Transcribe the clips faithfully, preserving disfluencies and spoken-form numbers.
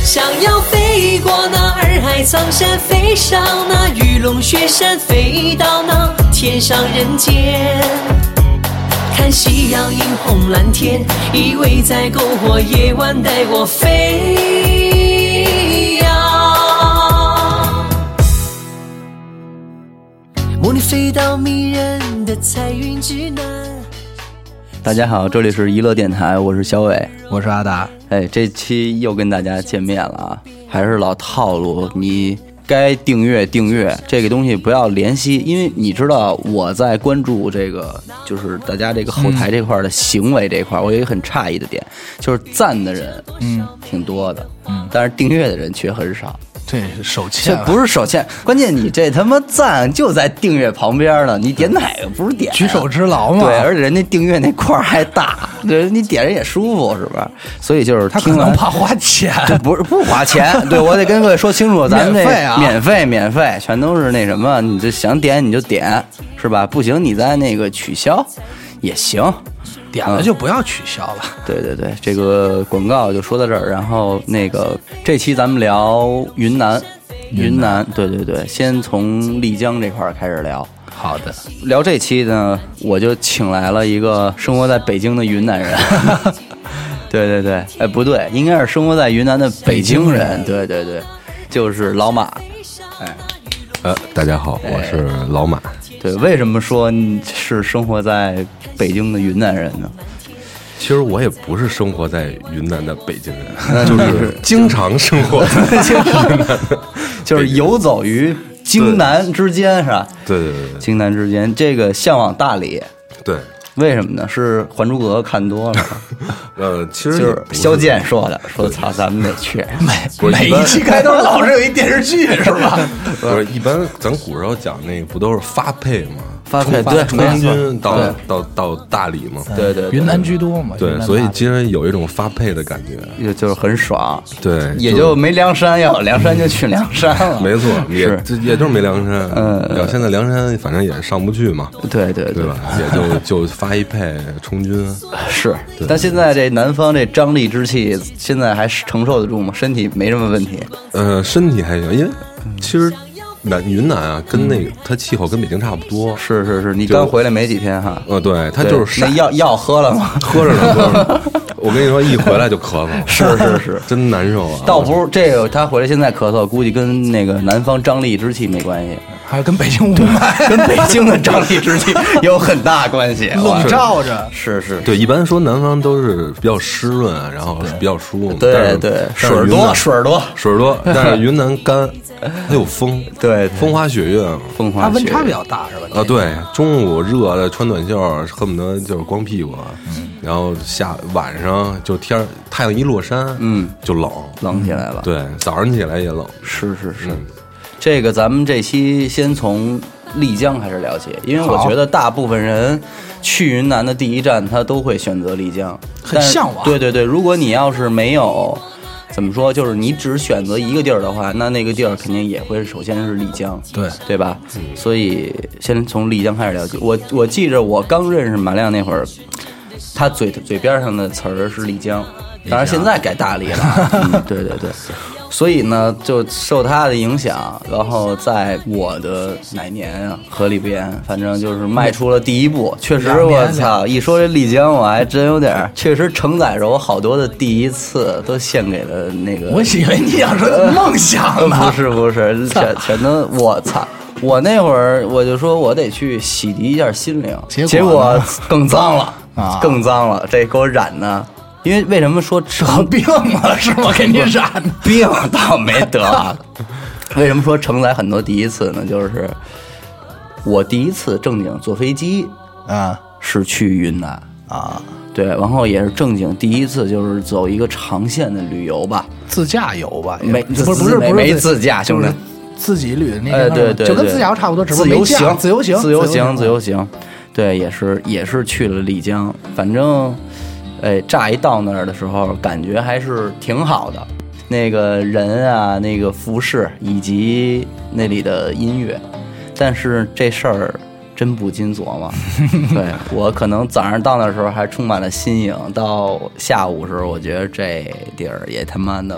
想要飞过那洱海苍山，飞上那玉龙雪山，飞到那天上人间，看夕阳映红蓝天，依偎在篝火，夜晚带我飞扬。魔女飞到迷人的彩云之南。 大家好，这里是娱乐电台，我是小伟， 我是阿达。 哎，这期又跟大家见面了啊，还是老套路，你该订阅订阅这个东西不要怜惜，因为你知道我在关注这个，就是大家这个后台这块的行为这块，嗯、我有一个很诧异的点，就是赞的人嗯挺多的，嗯，但是订阅的人却很少。 对，手欠这不是手欠，关键你这他妈赞就在订阅旁边呢，你点哪个不是点、啊？ 举手之劳嘛。 对，而且人家订阅那块还大，对，你点人也舒服，是吧？所以就是他可能怕花钱， 对，不是不花钱。对，我得跟各位说清楚，咱们这免费啊， 免费免费，全都是那什么，你就想点你就点，是吧？不行你再那个取消也行。 点了就不要取消了、嗯。 对对对，这个广告就说到这儿。然后那个这期咱们聊云南，云南，对对对，先从丽江这块开始聊。 好的， 聊这期呢，我就请来了一个生活在北京的云南人。对对对，哎，不对，应该是生活在云南的北京人。对对对，就是老马。哎， 呃，大家好，我是老马。 对，为什么说是生活在北京的云南人呢？ 其实我也不是生活在云南的北京人，就是经常生活在云南的， 就是游走于京南之间，是吧？ 对对对对， 京南之间，这个向往大理。 对。 为什么呢？是《还珠格格》看多了。 呃，其实就是萧剑说的，说操，咱们得去。 每每一期开头老是有一电视剧，是吧？ 不是，一般咱古时候讲那个不都是发配吗？ 发配对， 从南军到到到大理嘛， 对对， 云南居多嘛， 对，所以其实有一种发配的感觉， 就就是很爽。 对， 也就没凉山，要有凉山就去凉山了。 没错，也也就是没凉山。 嗯， 现在凉山反正也上不去嘛。 对对对吧？也就就发一配充军。 是，但现在这南方这张力之气，现在还承受得住吗？身体没什么问题。 呃，身体还行，因为其实。南云南啊，跟那个它气候跟北京差不多。 是是是，你刚回来没几天哈。 呃，对，它就是晒。 那药药喝了吗？ 喝着呢，喝着呢。我跟你说，一回来就咳嗽。 是是是， 真难受啊。 倒不是这个，他回来现在咳嗽，估计跟那个南方张力之气没关系， 还跟北京雾霾， 跟北京的张力之气有很大关系， 笼罩着。 是是， 对，一般说南方都是比较湿润，然后比较舒服。 对对，水多水多水多，但是云南干，它有风， 对， 风花雪月， 风花。 它温差比较大是吧？ 啊，对，中午热的穿短袖，恨不得就是光屁股，嗯，然后下晚上就天太阳一落山，嗯，就冷， 冷起来了。 对，早上起来也冷。 是是是，嗯、这个咱们这期先从丽江开始了解，因为我觉得大部分人去云南的第一站，他都会选择丽江， 很向往。 对对对，如果你要是没有。怎么说？就是你只选择一个地儿的话，那那个地儿肯定也会首先是丽江， 对对吧？嗯、所以先从丽江开始了解。我我记着我刚认识马亮那会儿，他嘴嘴边上的词儿是丽江，当然现在改大理了。嗯、对对对。所以呢，就受他的影响，然后在我的哪年啊，河里边，反正就是迈出了第一步。确实，我操！一说这丽江，我还真有点，确实承载着我好多的第一次，都献给了那个。 我以为你想说梦想呢， 不是不是，全全都我操！我那会儿我就说我得去洗涤一下心灵， 结果结果更脏了啊，更脏了，这给我染的。因为为什么说得病了是吗？给你染的病倒没得。为什么说承载很多第一次呢？就是我第一次正经坐飞机啊，是去云南啊，对，然后也是正经第一次就是走一个长线的旅游吧， 自驾游吧， 没不是不是不是没自驾，兄弟， 自己旅的那个， 哎对对， 就跟自驾游差不多，只不过自由行， 自由行， 自由行，自由行，对，也是也是去了丽江，反正。哎，乍一到那儿的时候，感觉还是挺好的。那个人啊，那个服饰以及那里的音乐，但是这事儿真不禁琢磨。对，我可能早上到那时候还充满了新颖，到下午时候，我觉得这地儿也他妈的吧，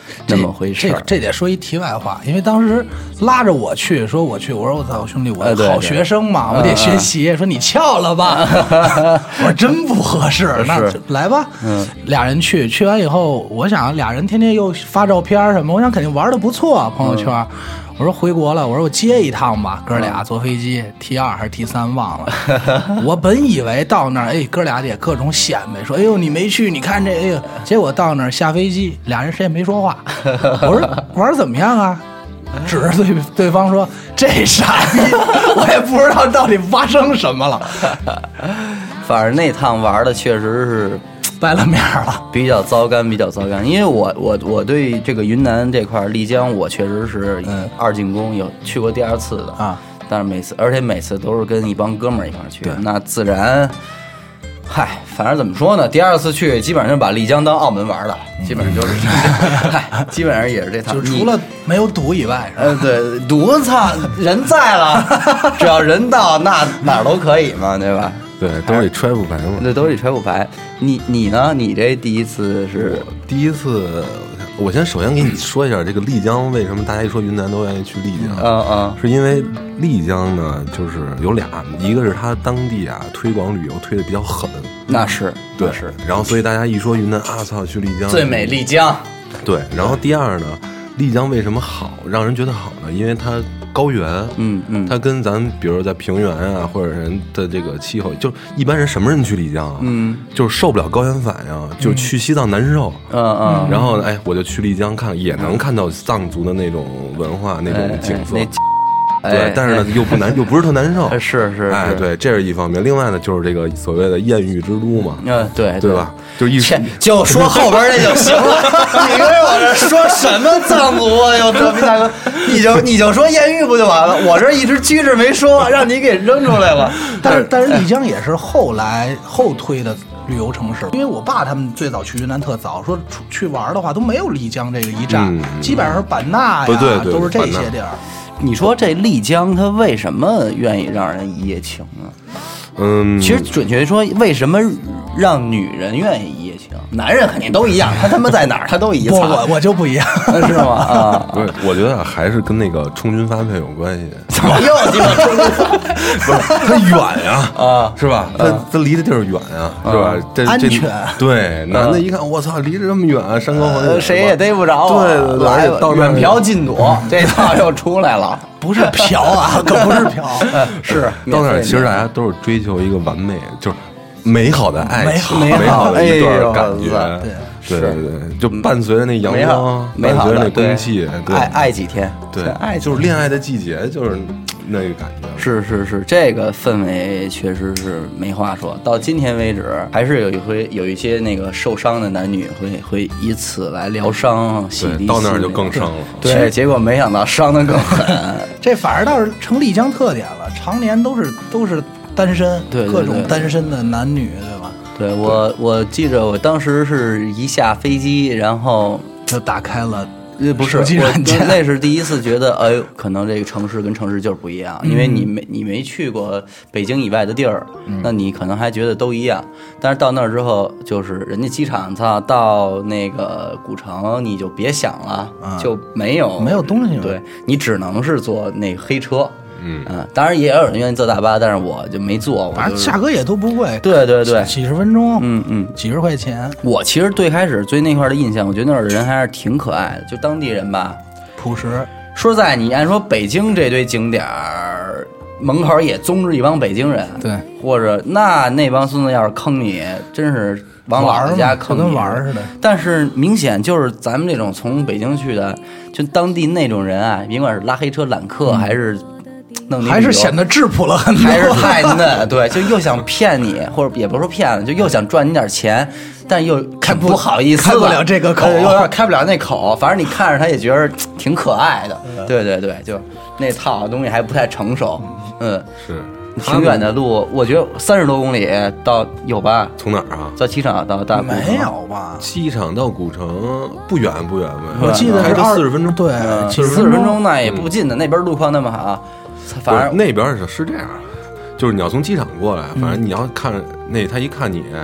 那么回事这这得说一题外话，因为当时拉着我去，说我去，我说我操兄弟，我好学生嘛，我得学习。说你翘了吧，我说真不合适，那来吧。嗯，俩人去，去完以后，我想俩人天天又发照片什么，我想肯定玩的不错，朋友圈。嗯，我说回国了，我说我接一趟吧，哥俩坐飞机 T 二还是 T 三忘了。我本以为到那儿，哎，哥俩得各种显摆，说哎呦你没去，你看这，哎呦，结果到那儿下飞机，俩人谁也没说话。我说玩怎么样啊？指着对对方说这傻逼，我也不知道到底发生什么了。 反正那趟玩的确实是。 掰了面了， 比较糟干，比较糟干。因为我我我对这个云南这块丽江，我确实是二进宫有去过第二次的啊，但是每次，而且每次都是跟一帮哥们儿一块儿去，那自然，嗨，反正怎么说呢？第二次去基本上就把丽江当澳门玩了，基本上就是，嗨，基本上也是这趟。 就除了没有赌以外， 呃，对，赌操人在了，只要人到，那哪儿都可以嘛，对吧？ 对，都是揣副牌嘛。 对，都是揣副牌。你你呢？你这第一次是第一次，我先首先给你说一下这个丽江为什么大家一说云南都愿意去丽江。 嗯嗯， 是因为丽江呢，就是有俩，一个是它当地啊推广旅游推的比较狠， 那是对那是。 然后所以大家一说云南啊，操，去丽江最美丽江。 对，然后第二呢，丽江为什么好，让人觉得好呢？因为它高原， 嗯嗯， 它跟咱比如在平原啊，或者人的这个气候，就一般人什么人去丽江啊？ 嗯， 就是受不了高原反应，就是去西藏难受， 嗯嗯， 然后哎，我就去丽江看，也能看到藏族的那种文化、那种景色。对，但是呢，又不难，又不是特难受。 是是， 哎，对，这是一方面。另外呢，就是这个所谓的艳遇之都嘛。 嗯，对， 对吧？就一就说后边那就行了。你跟我这说什么藏族啊？又这逼大哥，你就你就说艳遇不就完了？我这一直拘着没说，让你给扔出来了。 但是但是丽江也是后来后推的旅游城市，因为我爸他们最早去云南特早，说去玩的话都没有丽江这个一站， 嗯、 基本上是版纳呀， 对对对都是这些地儿。 你说这丽江它为什么愿意让人一夜情呢？ 嗯， 其实准确说，为什么让女人愿意一夜情？男人肯定都一样，他他妈在哪儿他都一样。 不，我我就不一样， 是吗？啊， 不是，我觉得还是跟那个充军发配有关系。 怎么又鸡巴充军发配？ 不是，它远呀， 啊， 是吧？它它离的地儿远呀，是吧？这安全。 对，男的一看，我操，离着这么远，山高皇帝， 谁也逮不着。 对对对， 来远嫖近躲，这套又出来了。 不是嫖啊，可不是嫖， 是到那儿，其实大家都是追求一个完美，就是美好的爱情， 美好的一段感觉。 对对对对，就伴随着那阳光，伴随着那空气， 爱爱几天， 对，爱就是恋爱的季节，就是那个感觉。 是是是，这个氛围确实是没话说。到今天为止，还是有一回有一些那个受伤的男女会会以此来疗伤、洗涤。 到那儿就更伤了。 对，结果没想到伤得更狠。 这反而倒是成丽江特点了，常年都是都是单身， 对， 各种单身的男女，对吧？ 对，我我记着，我当时是一下飞机，然后就打开了。 呃，不是，我那是第一次觉得，哎呦，可能这个城市跟城市就是不一样，因为你没你没去过北京以外的地儿，那你可能还觉得都一样，但是到那儿之后，就是人家机场操到那个古城，你就别想了，就没有没有东西了， 对你只能是坐那黑车。 嗯嗯，当然也有人愿意坐大巴，但是我就没坐。 反正价格也都不贵。 对对对， 几十分钟， 嗯嗯， 几十块钱。 我其实最开始对那块的印象，我觉得那儿的人还是挺可爱的，就当地人吧， 朴实。 说实在，你按说北京这堆景点儿门口也宗着一帮北京人， 对， 或者那那帮孙子要是坑你，真是往老人家坑你， 跟玩似的。 但是明显就是咱们这种从北京去的，就当地那种人啊，甭管是拉黑车揽客、嗯、还是。 还是显得质朴了很多， 还是太嫩，对，就又想骗你，或者也不是说骗子，就又想赚你点钱，但又开不好意思， 开不了这个口， 有点开不了那口。反正你看着他也觉得挺可爱的，对对对，就那套东西还不太成熟，嗯， 是挺远的路，我觉得三十多公里到有吧？ 从哪儿啊？ 到机场到大没有吧？ 机场到古城不远不远吧？ 我记得开车四十分钟， 对， 四十分钟那也不近的，那边路况那么好。反正那边是是这样，就是你要从机场过来，反正你要看那他一看你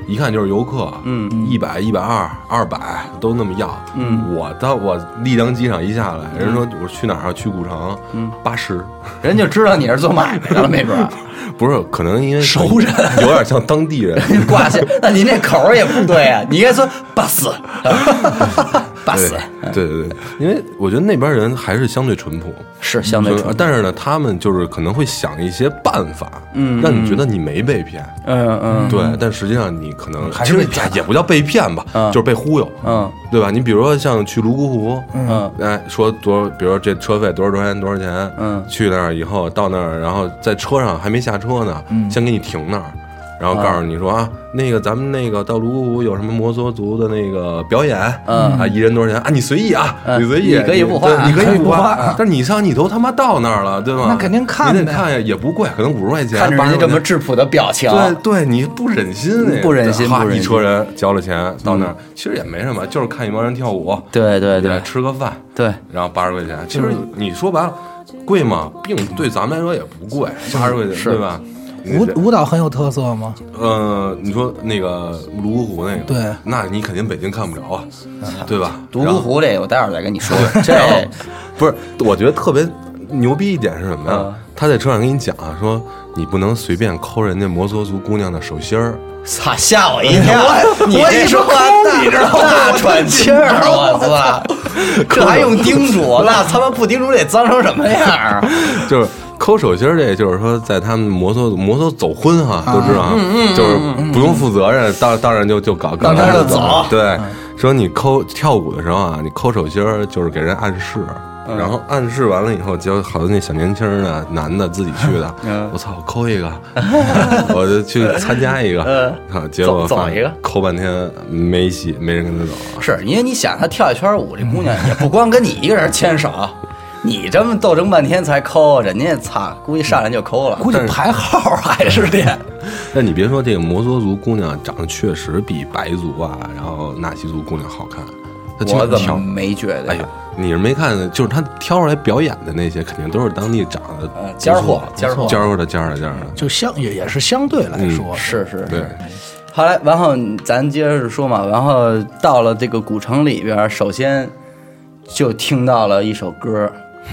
一看就是游客，嗯，一百、一百二、二百都那么要。嗯，我到我丽江机场一下来，人说我去哪儿？去古城，嗯，八十， 人就知道你是做买卖的了，没准儿。 不是，可能因为熟人， 有点像当地人挂线。那您这口儿也不对啊，你应该说八四，八四。 对对对，因为我觉得那边人还是相对淳朴， 是相对淳朴， 但是呢，他们就是可能会想一些办法，嗯，让你觉得你没被骗， 嗯嗯， 对，但实际上你可能还是也不叫被骗吧， 嗯、 就是被忽悠， 嗯， 对吧？你比如说像去泸沽湖， 嗯， 哎，说多少，比如说这车费多少多少钱多少钱， 嗯， 去那儿以后到那儿，然后在车上还没下车呢，嗯，先给你停那儿。然后告诉你说啊，那个咱们那个到泸沽湖有什么摩梭族的那个表演，嗯啊，一人多少钱啊？你随意啊， 嗯、 你随意， 你可以不花， 你可以不花， 啊、但是你上你都他妈到那儿了，对吗？ 那肯定看， 你得看呀，也不贵，可能五十块钱。 看着人家这么质朴的表情， 对对，你不忍心， 不忍心， 哈，一车人交了钱到那儿，其实也没什么，就是看一帮人跳舞， 对对对， 吃个饭， 对， 然后八十块钱，其实你说白了，贵吗？并对咱们来说也不贵，八十块钱，对吧？ 舞舞蹈很有特色吗？ 呃，你说那个泸沽湖那个， 对， 那你肯定北京看不着啊，对吧？ 泸沽湖这个我待会儿再跟你说。这不是，我觉得特别牛逼一点是什么呀？嗯、他在车上跟你讲啊，说你不能随便抠人家摩梭族姑娘的手心儿。 操！吓我一跳！你这说话你知道吗？ 大喘气儿，我操！这还用叮嘱？那他妈不叮嘱得脏成什么样啊？ 就是。抠手心儿，这就是说，在他们摩梭摩梭走婚哈，都知道啊，就是不用负责任，到到那就就搞， 到那就走。 对，说你抠跳舞的时候啊，你抠手心儿就是给人暗示，然后暗示完了以后，结果好多那小年轻的男的自己去的，我操，我抠一个，我就去参加一个，啊，结果走一个， 抠半天没戏，没人跟他走。 是因为你想，他跳一圈舞，这姑娘也不光跟你一个人牵手。你这么斗争半天才抠，人家操，估计上来就抠了， 估计排号还是练。 但你别说，这个摩梭族姑娘长得确实比白族啊，然后纳西族姑娘好看。 我怎么没觉得？ 哎呦，你是没看，就是她挑出来表演的那些，肯定都是当地长得尖货，尖货， 尖货的尖的尖的， 就相也也是相对来说， 嗯、是是， 对。 后来，然后咱接着说嘛，然后到了这个古城里边，首先就听到了一首歌。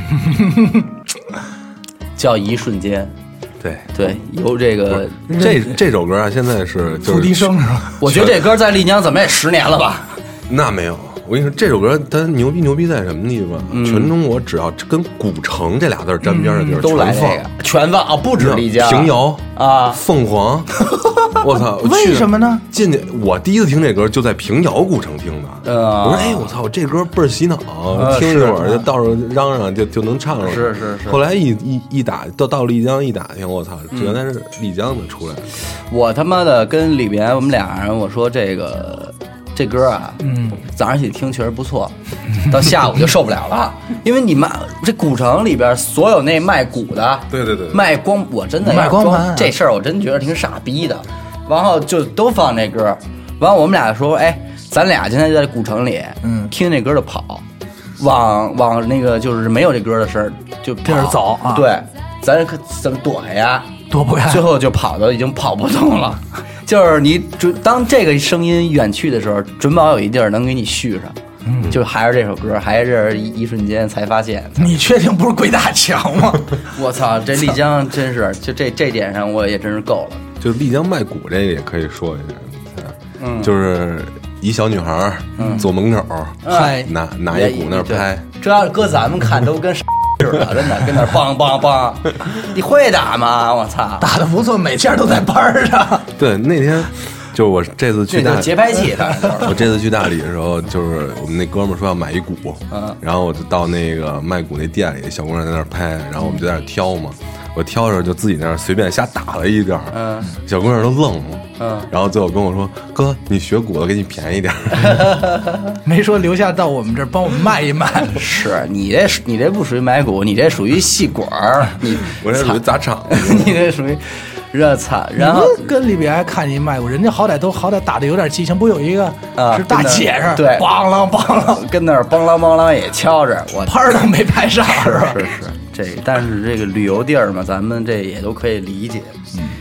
叫一瞬间， 对对，由这个这这首歌啊，现在是付笛声是吧？ 我觉得这歌在丽江怎么也十年了吧？ 那没有，我跟你说，这首歌它牛逼牛逼在什么地方？嗯、全中国只要跟古城这俩字沾边的地儿、嗯、 都来这个，全放啊，不止丽江， 平遥啊， 凤凰。我操！ 为什么呢？ 进去，我第一次听这歌就在平遥古城听的。 呃、 我说，哎，我操，这歌倍儿洗脑， 呃、 听一会儿就到处嚷嚷，就就能唱上。 是是是。 后来一一一打到到丽江一打听，我操，原来是丽江的出来的。 我他妈的跟里边我们俩人我说这个这歌啊，嗯，早上起听确实不错，到下午就受不了了，因为你们这古城里边所有那卖鼓的， 对对对， 卖光，我真的卖光盘这事儿，我真觉得挺傻逼的。然后就都放这歌，完后我们俩说，哎，咱俩现在就在古城里，嗯，听这歌就跑，往往那个就是没有这歌的事儿就这儿走啊， 对，咱可怎么躲呀？ 躲不开， 最后就跑到已经跑不动了。就是你准当这个声音远去的时候，准保有一地儿能给你续上。嗯，就还是这首歌，还是一一瞬间才发现。 你确定不是鬼打墙吗？ 我操，这丽江真是，就这这点上我也真是够了。 就丽江卖鼓这个也可以说一下，嗯，就是一小女孩坐门口， 拍拿拿一鼓那儿拍， 这要搁咱们看都跟似的，真的跟那儿梆梆梆。你会打吗？我操， 打得不错，每件都在班上。 对，那天就是我这次去大节拍器的， 我这次去大理的时候，就是我们那哥们儿说要买一鼓，嗯，然后我就到那个卖鼓那店里，小姑娘在那儿拍，然后我们就在那儿挑嘛。我挑着就自己那儿随便瞎打了一点，嗯，小姑娘都愣了，嗯，然后最后跟我说：“哥，你学鼓的，给你便宜点。” 没说留下到我们这儿帮我们卖一卖。 是你这你这不属于买鼓，你这属于戏管儿，你我这属于砸场， 你这属于热惨。然后跟里边还看一卖鼓，人家好歹都好歹打的有点激情，不有一个啊是大姐是对， 梆啷梆啷， 跟那儿梆啷梆啷也敲着，我拍都没拍上， 是是是。这但是这个旅游地儿嘛，咱们这也都可以理解。嗯，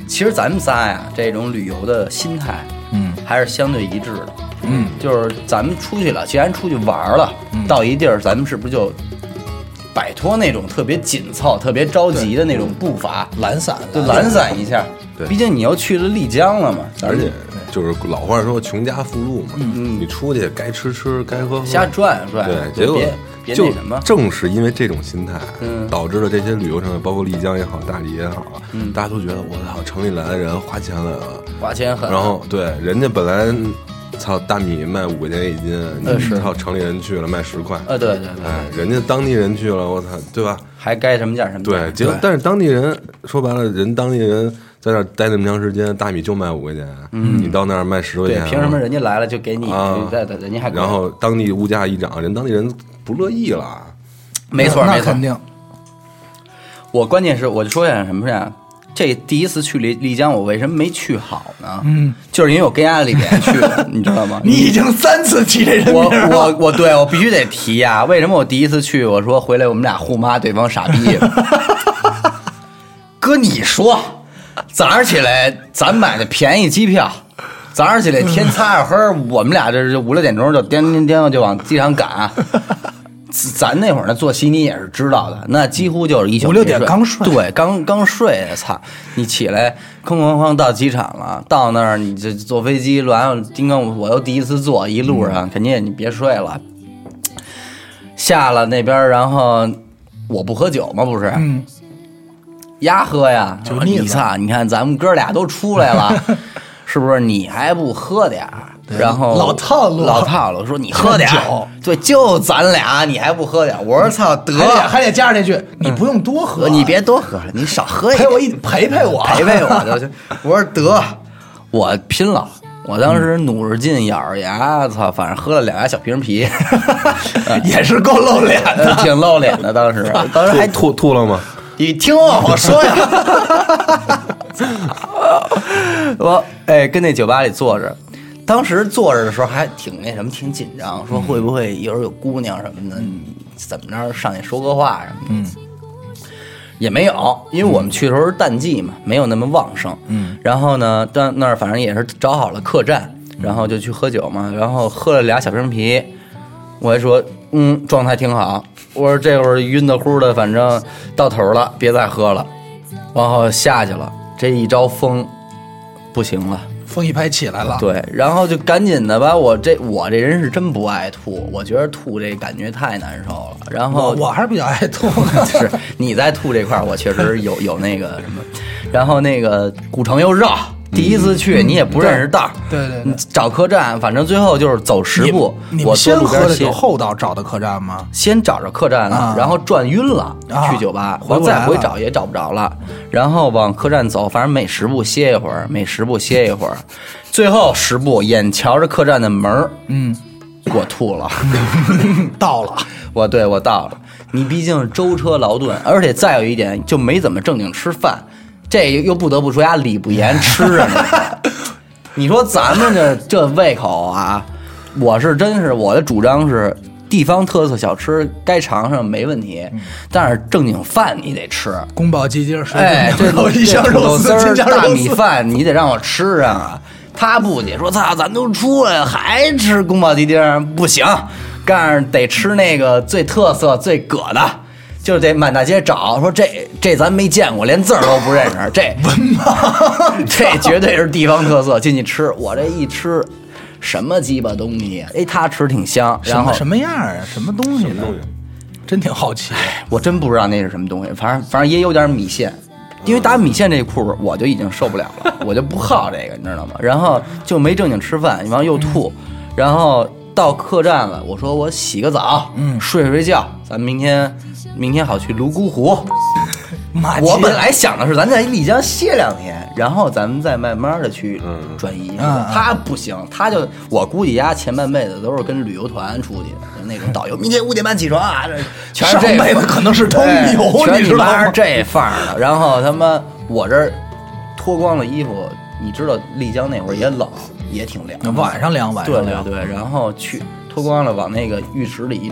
其实咱们仨呀，这种旅游的心态， 嗯， 还是相对一致的。 嗯， 就是咱们出去了，既然出去玩了，嗯、到一地儿，咱们是不是就摆脱那种特别紧凑、特别着急的那种步伐， 懒散， 就懒散一下。 对， 毕竟你又去了丽江了嘛， 而且就是老话说穷家富路嘛， 嗯， 你出去该吃吃，该喝喝， 瞎转转。 对，结果别别那什么， 正是因为这种心态， 嗯， 导致了这些旅游城市，包括丽江也好，大理也好，嗯，大家都觉得我操，城里来的人花钱了， 花钱狠。 然后对，人家本来。操，大米卖五块钱一斤， 呃是操城里人去了卖十块， 呃对对对， 哎，人家当地人去了，我操，对吧？ 还该什么价什么价。 对，结果但是当地人说白了，人当地人在那儿待那么长时间，大米就卖五块钱，嗯，你到那儿卖十块钱， 对，凭什么人家来了就给你？ 啊， 对对，人家还然后当地物价一涨，人当地人不乐意了。 没错，没错， 肯定。 我关键是我就说一下什么呀？这第一次去丽丽江，我为什么没去好呢？嗯，就是因为我跟家里边去的，你知道吗？ 你已经三次提这人名了。 我我我对我必须得提呀！为什么我第一次去，我说回来我们俩互骂对方傻逼？哥，你说，早上起来咱买的便宜机票，早上起来天擦着黑，我们俩这是五六点钟就颠颠颠就往机场赶。咱那会儿呢，作息你也是知道的，那几乎就是一宿五六点刚睡， 对，刚刚睡，操！你起来哐哐哐到机场了，到那儿你这坐飞机，完金刚我又第一次坐，一路上、嗯、肯定你别睡了。下了那边，然后我不喝酒嘛，不是？嗯。丫喝呀， 就你操！你看咱们哥俩都出来了，是不是？你还不喝点儿？然后老套路， 老套路，说你喝点儿，对，就咱俩，你还不喝点儿？我说操，得还得还得加上那句，你不用多喝， 你别多喝了，你少喝一点， 陪我一陪陪我， 陪陪我就行。我说得，我拼了。我当时努着劲咬着牙，操，反正喝了两牙小瓶啤， 也是够露脸的， 挺露脸的。当时，当时还吐吐了吗？ 你听我说呀，我哎跟那酒吧里坐着。当时坐着的时候还挺那什么，挺紧张，说会不会一会儿有姑娘什么的，嗯、怎么着上去说个话什么的。嗯，也没有，因为我们去的时候是淡季嘛，没有那么旺盛。嗯，然后呢，到那儿反正也是找好了客栈，然后就去喝酒嘛，然后喝了俩小瓶啤，我还说，嗯，状态挺好。我说这会儿晕的乎的，反正到头了，别再喝了。然后下去了，这一招风不行了。 风一拍起来了， 对，然后就赶紧的吧。我这我这人是真不爱吐，我觉得吐这感觉太难受了。然后我, 我还是比较爱吐的， 是你在吐这块，我确实有有那个什么。然后那个古城又绕，第一次去、嗯、你也不认识道， 对对对， 你找客栈，反正最后就是走十步。 你们先喝的酒后到找的客栈吗？ 先找着客栈了，啊、然后转晕了，啊、去酒吧， 回再回找也找不着了。然后往客栈走，反正每十步歇一会儿，每十步歇一会儿。最后十步，眼瞧着客栈的门嗯，我吐了， 到了， 我对我到了。你毕竟舟车劳顿，而且再有一点，就没怎么正经吃饭，这又不得不说呀，礼不严吃啊。你说咱们这这胃口啊，我是真是我的主张是，地方特色小吃该尝尝没问题，嗯、但是正经饭你得吃。 宫保鸡丁， 哎，这这土豆丝儿、大米饭你得让我吃上啊。他不解说：“操，咱都出来了还吃宫保鸡丁，不行，告诉得吃那个最特色、最葛的，就得满大街找。说这这咱没见过，连字儿都不认识。这这绝对是地方特色，进去吃。我这一吃，什么鸡巴东西？哎，他吃挺香，然后什么样啊？什么东西呢？真挺好奇。 我真不知道那是什么东西，反正反正也有点米线。”因为打米线这裤我就已经受不了了，我就不好这个，你知道吗？然后就没正经吃饭，然后又吐，然后到客栈了，我说我洗个澡，嗯，睡睡觉，咱们明天明天好去泸沽湖。我本来想的是咱在丽江歇两天，然后咱们再慢慢的去转移。嗯、他不行，他就我估计丫前半辈子都是跟旅游团出去的，那种导游，明天五点半起床啊，这全是这辈子可能是偷牛， 全你妈是这范儿的。然后他妈我这脱光了衣服，你知道丽江那会儿也冷，也挺凉， 晚上凉，晚上凉， 对对对。然后去脱光了往那个浴池里一站，我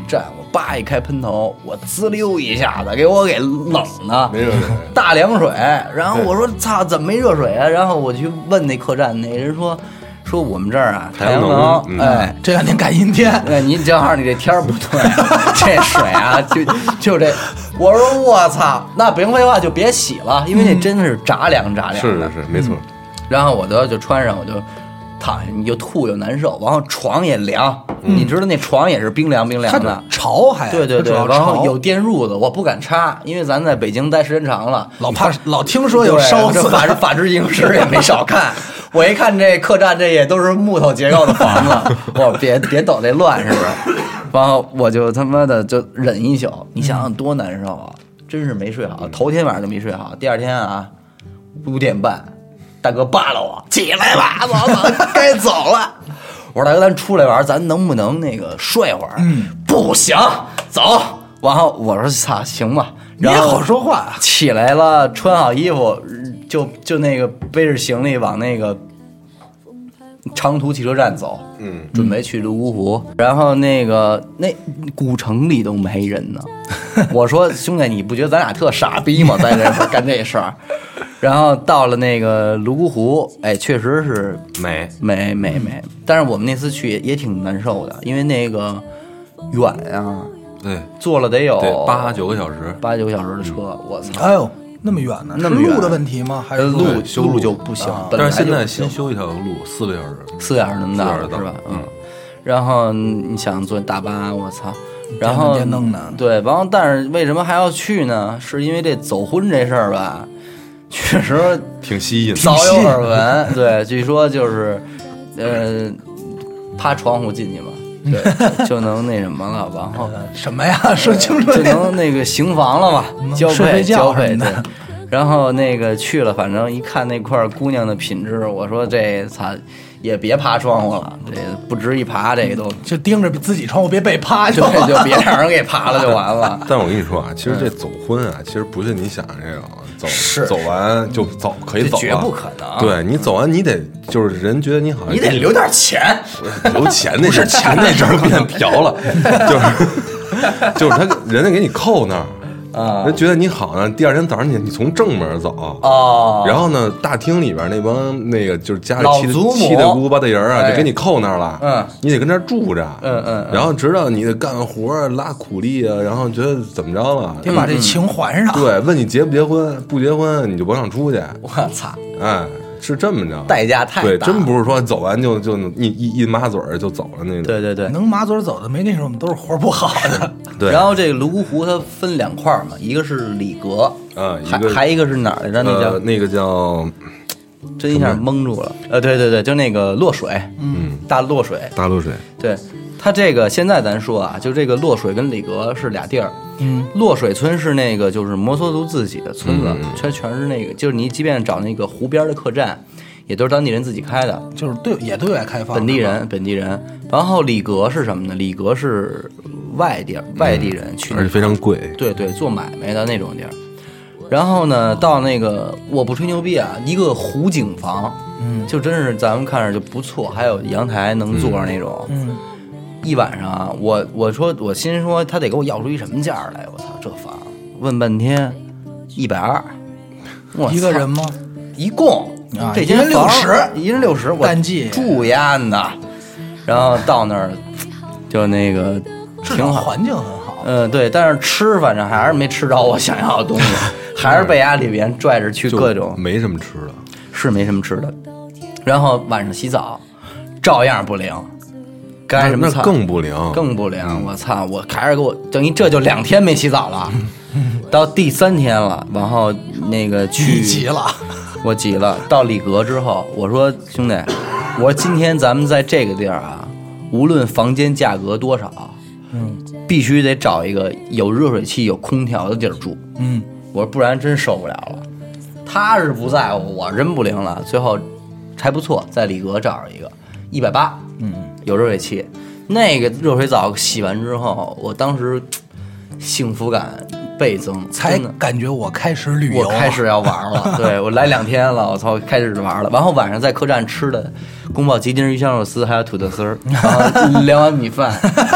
叭一开喷头，我滋溜一下子给我给冷的， 没热水， 大凉水。然后我说操，怎么没热水啊？然后我去问那客栈那人说。说我们这儿啊，太阳能，嗯、哎， 这两天改阴天， 哎，你正好你这天儿不对，这水啊，就就这，我说我操，那不用废话就别洗了，因为那真的是杂凉杂凉的， 是是是，没错。 嗯、然后我就就穿上，我就躺下，你就吐又难受，然后床也凉，嗯、你知道那床也是冰凉冰凉的， 潮还对对对，然后有电褥子，我不敢插，因为咱在北京待时间长了， 老怕老听说有烧死， 法制法制进行时也没少看。我一看这客栈，这也都是木头结构的房子，我别别抖这乱，是不是？然后我就他妈的就忍一宿，你想想多难受啊！真是没睡好，头天晚上就没睡好，第二天啊五点半，大哥扒拉我起来吧，走走，该走了。我说大哥，咱出来玩，咱能不能那个睡会儿？嗯，不行，走。然后我说操，行吧。 你也好说话。 起来了，穿好衣服，就就那个背着行李往那个长途汽车站走， 嗯， 准备去泸沽湖。然后那个那古城里都没人呢。我说兄弟，你不觉得咱俩特傻逼吗？在这块干这事儿。然后到了那个泸沽湖，哎，确实是美美美美。但是我们那次去也也挺难受的，因为那个远啊。 对， 坐了得有八九个小时， 八九个小时的车，我操！ 哎呦，那么远呢？ 那么远， 路的问题吗？还是路修路就不行？ 但是现在新修一条路，四个小时， 四个小时那么大是吧？嗯。然后你想坐大巴，我操！然后电弄的， 对，然后但是为什么还要去呢？是因为这走婚这事儿吧，确实挺吸引， 早有耳闻。对，据说就是呃，趴窗户进去嘛。对，就能那什么了，然后什么呀？说清楚， 就能那个行房了嘛，交配交配对。然后那个去了，反正一看那块姑娘的品质，我说这操也别爬窗户了，这不值一爬，这个都就盯着自己窗户别被趴就就别让人给爬了就完了。 但是我跟你说啊，其实这走婚啊，其实不是你想的这种。走走完就走，可以走了， 绝不可能。 对你走完，你得就是人觉得你好像你得留点钱， 留钱那是钱那阵儿变调了，就是就是他人家给你扣那儿。啊，人觉得你好呢，第二天早上你你从正门走哦， 然后呢，大厅里边那帮那个就是家里七的七的姑八的人啊，就给你扣那儿了， 嗯， 你得跟那儿住着， 嗯嗯， 然后直到你得干活拉苦力啊，然后觉得怎么着了， 得把这情还上， 对，问你结不结婚，不结婚你就甭想出去， 我操， 哎。是这么着， 代价太大， 对，真不是说走完就就一一一抹嘴就走了那种。 对对对， 能抹嘴走的没那种，都是活不好的。 对。 然后这个泸沽湖它分两块嘛，一个是里格啊， 还还一个是哪儿来着？那叫那个叫， 真一下蒙住了。呃，对对对，就那个落水， 嗯， 大落水， 大落水。 对，它这个现在咱说啊，就这个落水跟里格是俩地儿。 嗯， 落水村是那个就是摩梭族自己的村子，全全是那个，就是你即便找那个湖边的客栈。也都是当地人自己开的， 就是对，也对外开放。 本地人，本地人。然后里格是什么呢？里格是外地外地人去， 而且非常贵。 对对，做买卖的那种地儿。然后呢，到那个我不吹牛逼啊，一个湖景房，嗯，就真是咱们看着就不错，还有阳台能坐着那种。 嗯， 一晚上啊，我我说我心说他得给我要出一什么价来？我操，这房问半天一百二， 一个人吗？ 一共。 啊， 这间六十， 一人六十，我淡季住呀呢，然后到那儿就那个挺好， 环境很好， 嗯，对，但是吃反正还是没吃着我想要的东西，还是被家里边拽着去各种， 没什么吃的， 是没什么吃的。然后晚上洗澡，照样不灵，该什么那更不灵， 更不灵，我操！我还是给我等于这就两天没洗澡了，到第三天了，然后那个去急了。 我急了，到里格之后，我说兄弟，我说今天咱们在这个地儿啊，无论房间价格多少， 嗯， 必须得找一个有热水器、有空调的地儿住， 嗯， 我说不然真受不了了。他是不在乎，我真不灵了。最后还不错，在里格找着一个一百八， 嗯， 有热水器，那个热水澡洗完之后，我当时幸福感倍增， 才感觉我开始旅游， 我开始要玩了。对，我来两天了，我操，开始玩了。然后晚上在客栈吃的宫保鸡丁鱼香肉丝，还有土豆丝儿，然后两碗米饭，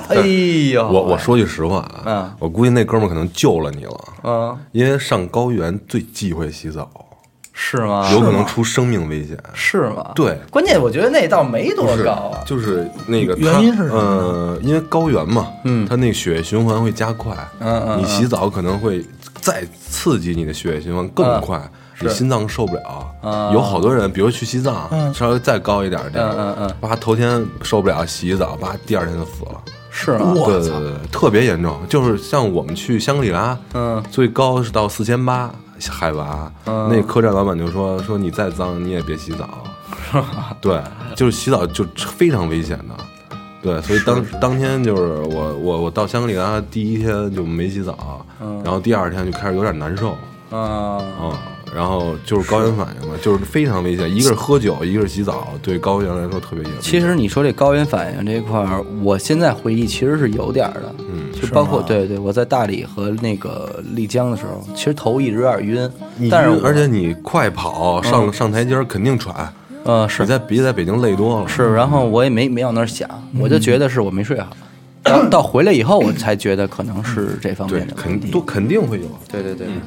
哎呦， 我我说句实话啊， 嗯， 我估计那哥们儿可能救了你了， 嗯， 因为上高原最忌讳洗澡， 是吗？ 有可能出生命危险， 是吗？ 对， 关键我觉得那倒没多高啊， 就是那个原因是什么？ 呃，因为高原嘛，嗯，它那个血液循环会加快， 嗯嗯， 你洗澡可能会再刺激你的血液循环更快。你心脏受不了， 嗯、 有好多人，比如去西藏，嗯、稍微再高一点点， 嗯嗯嗯， 叭头天受不了洗澡，叭第二天就死了， 是吗？ 对对对，特别严重。就是像我们去香格里拉， 嗯， 最高是到四千八海拔，嗯、那客栈老板就说说你再脏你也别洗澡，对，就是洗澡就非常危险的。对，所以当当天就是我我我到香格里拉第一天就没洗澡，嗯、然后第二天就开始有点难受， 啊嗯。然后就是高原反应嘛，就是非常危险。一个是喝酒，一个是洗澡，对高原来说特别严重。 其实你说这高原反应这一块儿，我现在回忆其实是有点的，嗯，就包括对对，我在大理和那个丽江的时候，其实头一直有点晕，但是而且你快跑上、嗯、上台阶肯定喘， 嗯，是你在比在北京累多了。 是，然后我也没没往那儿想，我就觉得是我没睡好。到到回来以后，我才觉得可能是这方面的问题， 肯都肯定会有。 对对对。嗯，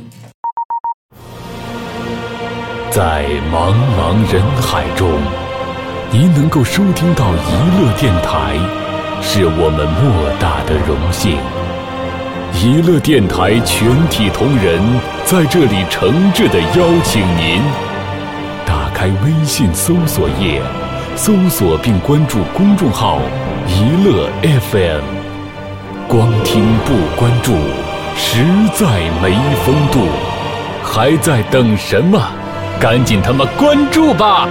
在茫茫人海中，您能够收听到娱乐电台，是我们莫大的荣幸。娱乐电台全体同仁在这里诚挚地邀请您，打开微信搜索页，搜索并关注公众号“娱乐 F M”。光听不关注，实在没风度，还在等什么？赶紧他妈关注吧！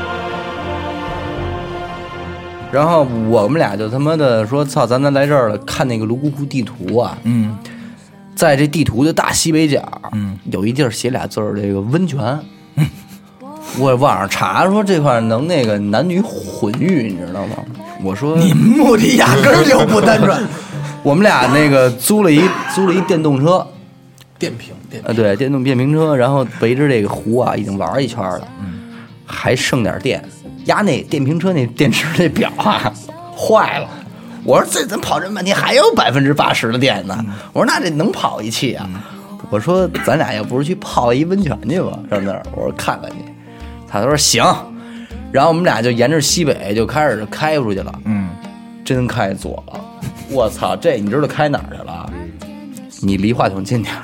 然后我们俩就他妈的说：“操，咱咱来这儿了，看那个泸沽湖地图啊。” 嗯， 在这地图的大西北角， 嗯， 有一地儿写俩字儿，这个温泉。嗯，我网上查说这块能那个男女混浴，你知道吗？我说你目的压根儿就不单纯。 我们俩那个租了一租了一电动车。 电瓶，电瓶啊，对，电动电瓶车，然后围着这个湖啊，已经玩一圈了，嗯，还剩点电，压那电瓶车那电池那表啊坏了，我说这咱跑这么半天还有百分之八十的电呢，嗯、我说那这能跑一气啊，嗯、我说咱俩要不是去泡一温泉去吧，上那儿，我说看看去，他说行，然后我们俩就沿着西北就开始开出去了， 嗯， 真开左了，我操，这你知道开哪儿去了？你离话筒近点儿。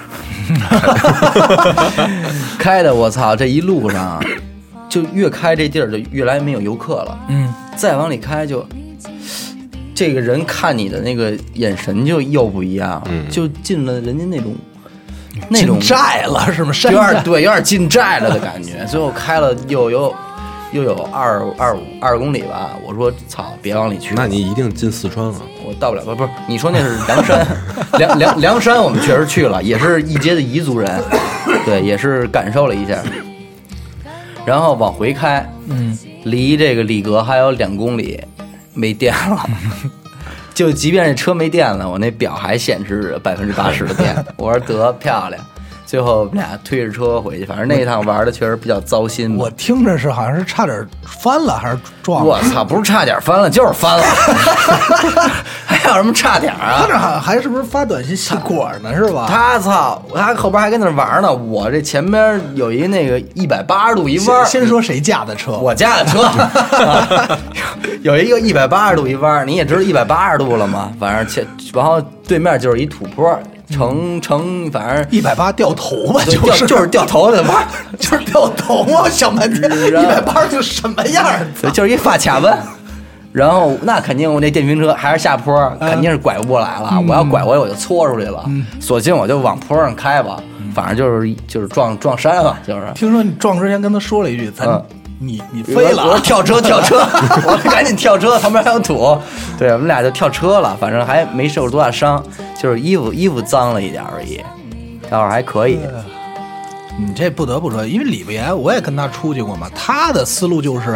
开的我操，这一路上就越开这地儿就越来没有游客了。 嗯， 再往里开就这个人看你的那个眼神就又不一样， 嗯， 就进了人家那种那种进寨了是吗？ 有点对，有点进寨了的感觉。最后开了又有又有二二五二公里吧，我说操，别往里去。 那你一定进四川了。 我到不了，不不是，你说那是凉山，凉凉凉山，我们确实去了，也是一街的彝族人，对，也是感受了一下。然后往回开， 嗯， 离这个里格还有两公里，没电了。就即便是车没电了，我那表还显示百分之八十的电。我说得漂亮。最后我们俩推着车回去，反正那一趟玩的确实比较糟心。 我听着是好像是差点翻了还是撞了？ 我操，不是差点翻了，就是翻了。还有什么差点啊？ 他这还还是不是发短信吸果呢？是吧？ 他操，他后边还跟那玩呢。我这前边有一那个一百八十度一弯。 先说谁驾的车？ 我驾的车。啊、有一个一百八十度一弯，你也知道一百八十度了吗？反正前然后对面就是一土坡。成成，反正一百八掉头吧，就是就是掉头的弯， 就是掉头啊！想半天，一百八是什么样儿？ 就是一发卡弯。然后那肯定我那电瓶车还是下坡，肯定是拐不过来了。嗯、我要拐过来我就搓出去了，嗯、索性我就往坡上开吧。嗯、反正就是就是撞撞山了，就是。 听说你撞之前跟他说了一句，咱。嗯你你飞了！ 我说跳车跳车，我赶紧跳车，旁边还有土。对，我们俩就跳车了，反正还没受多大伤，就是衣服衣服脏了一点而已，待会儿还可以。 你这不得不说，因为李不言我也跟他出去过嘛，他的思路就是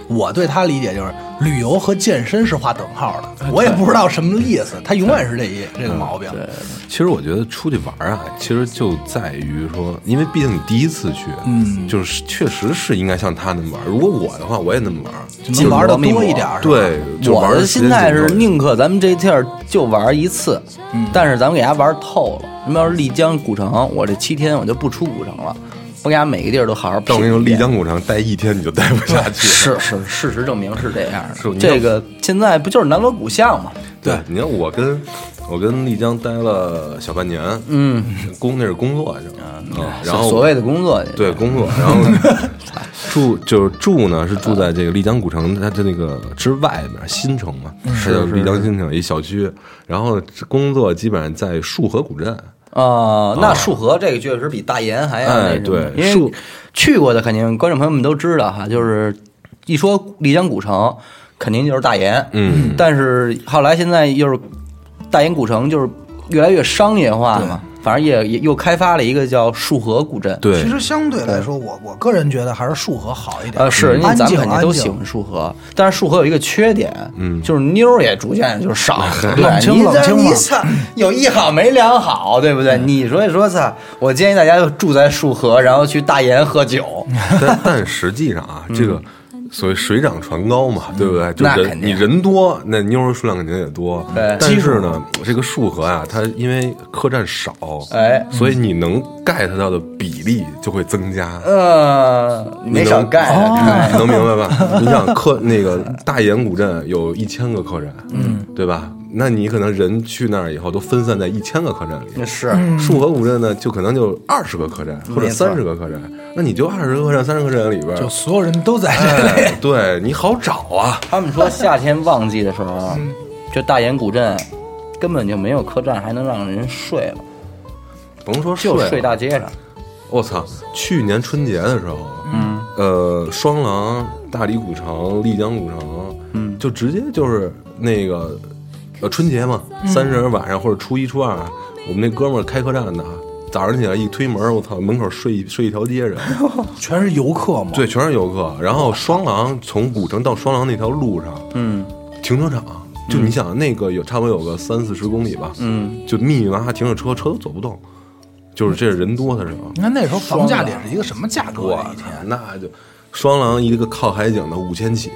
我对他理解就是旅游和健身是划等号的，我也不知道什么意思，他永远是这一这个毛病。 对， 其实我觉得出去玩啊，其实就在于说，因为毕竟你第一次去，嗯，就是确实是应该像他那么玩。如果我的话，我也那么玩， 就能玩的多一点。 对，就我玩的心态是宁可咱们这地儿就玩一次，嗯，但是咱们给它玩透了。什么要是丽江古城，我这七天我就不出古城了。我给他每个地儿都好好品。 但我跟你说，丽江古城待一天你就待不下去。 是是，事实证明是这样的。这个现在不就是南锣鼓巷吗？ 对，你看我跟我跟丽江待了小半年， 嗯， 工那是工作去了，嗯，然后所谓的工作去， 对工作，然后住就是住呢是住在这个丽江古城它的那个之外边新城嘛，它叫丽江新城一小区，然后工作基本上在束河古镇。 啊、呃，那束河这个确实比大研还要那什么、 哎、对， 因为去过的肯定观众朋友们都知道哈，就是一说丽江古城，肯定就是大研， 嗯， 但是后来现在又是大研古城，就是越来越商业化嘛，反正也也又开发了一个叫束河古镇。 对， 其实相对来说，我我个人觉得还是束河好一点。 呃，是，因为咱们肯定都喜欢欢束河，但是束河有一个缺点，嗯，就是妞儿也逐渐就少， 冷清冷清嘛。 你操，有一好没两好，对不对？你所以说，操，我建议大家就住在束河，然后去大研喝酒。 但但实际上啊，这个。所谓水涨船高嘛，对不对？就那肯定， 你人多，那妞儿数量肯定也多。 对， 但是呢，这个束河啊，它因为客栈少， 哎， 所以你能 get 到的比例就会增加。 呃，没少 get， 哦、能明白吧？你想客那个大研古镇有一千个客栈，嗯，对吧？那你可能人去那儿以后都分散在一千个客栈里， 是束河古镇呢，就可能就二十个客栈或者三十个客栈，那你就二十个客栈、三十个客栈里边， 就所有人都在这里， 哎、对你好找啊。 他们说夏天旺季的时候，这大研古镇根本就没有客栈还能让人睡了， 甭说睡就睡大街上。 我操！去年春节的时候，嗯，呃，双廊、大理古城、丽江古城，嗯，就直接就是那个。呃，春节嘛，三十晚上或者初一、初二，我们那哥们儿开客栈的，早上起来一推门，我操，门口睡睡一条街人， 全是游客嘛。 对，全是游客。然后双廊从古城到双廊那条路上，嗯，停车场，就你想那个有差不多有个三四十公里吧，嗯，就密密麻麻停着车，车都走不动，就是这是人多的时候。 你看那时候房价得是一个什么价格啊？一天那就双廊一个靠海景的五千起。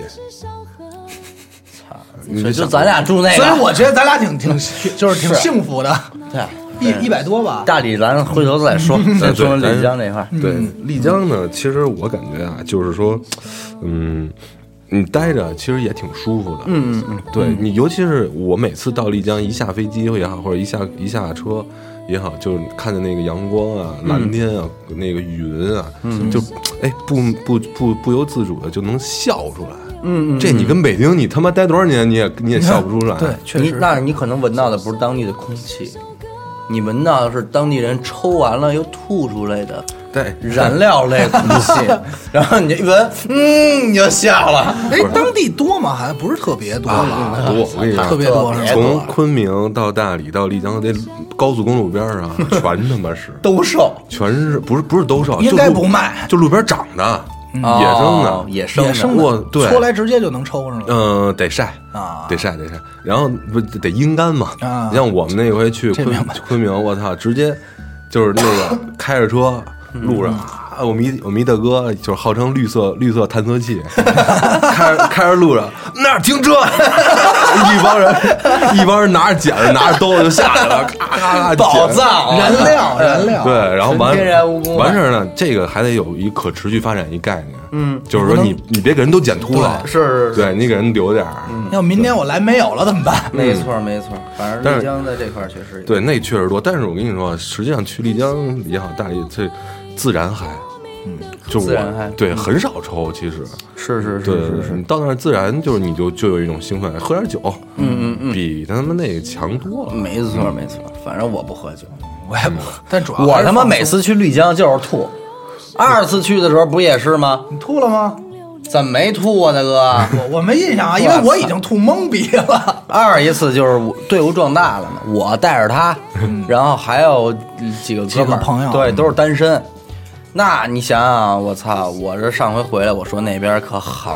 所以就咱俩住那个， 所以我觉得咱俩挺挺就是挺幸福的。 对， 一一百多吧。 大理咱回头再说，再说丽江这块。 对，丽江呢，其实我感觉啊，就是说，嗯，你待着其实也挺舒服的。 嗯嗯嗯。 对你，尤其是我每次到丽江，一下飞机也好，或者一下一下车也好，就看见那个阳光啊、蓝天啊、嗯、那个云啊，嗯、就哎不不不不由自主的就能笑出来。 嗯， 这你跟北京，你他妈待多少年，你也你也笑不出来。 对，确实。 你那你可能闻到的不是当地的空气，你闻到的是当地人抽完了又吐出来的对燃料类空气，然后你就一闻，嗯，你就笑了。 哎，当地多吗？还不是特别多吧？ 多，我跟你说， 特别多。 从昆明到大理到丽江那高速公路边上，全他妈是兜售， 全是不是不是兜售， 应该不卖， 就路边长的。 嗯、 野生的， 哦、野生野生的，对， 搓来直接就能抽上了。 嗯、呃，得晒啊， 得晒得晒，然后不得阴干嘛？ 啊， 你像我们那回去昆昆明，我操，直接就是那个开着车路上。啊，我们一我们一大哥就是号称绿色绿色探测器，开开着路上那儿停车，一帮人一帮人拿着剪子拿着兜子就下来了，咔咔咔， 宝藏燃料燃料， 对，然后完天然无功完事儿呢，这个还得有一可持续发展一概念， 嗯， 就是说你你别给人都剪秃了， 是， 对你给人留点儿， 要明年我来没有了怎么办？ 没错没错，反正丽江在这块确实对，那确实多，但是我跟你说，实际上去丽江也好，大理这。自然嗨，嗯，就我对很少抽，其实是是是对是是， 你到那儿自然就是你就就有一种兴奋，喝点酒， 嗯嗯嗯， 比他们那个强多了。 没错没错，反正我不喝酒， 我也不喝，但主要我他妈每次去丽江就是吐，二次去的时候不也是吗？ 你吐了吗？ 怎么没吐啊，大哥？ 我我没印象啊，因为我已经吐懵逼了。 二一次就是队伍壮大了呢，我带着他，然后还有几个哥们儿朋友， 对，都是单身。那你想想，我操！我这上回回来，我说那边可好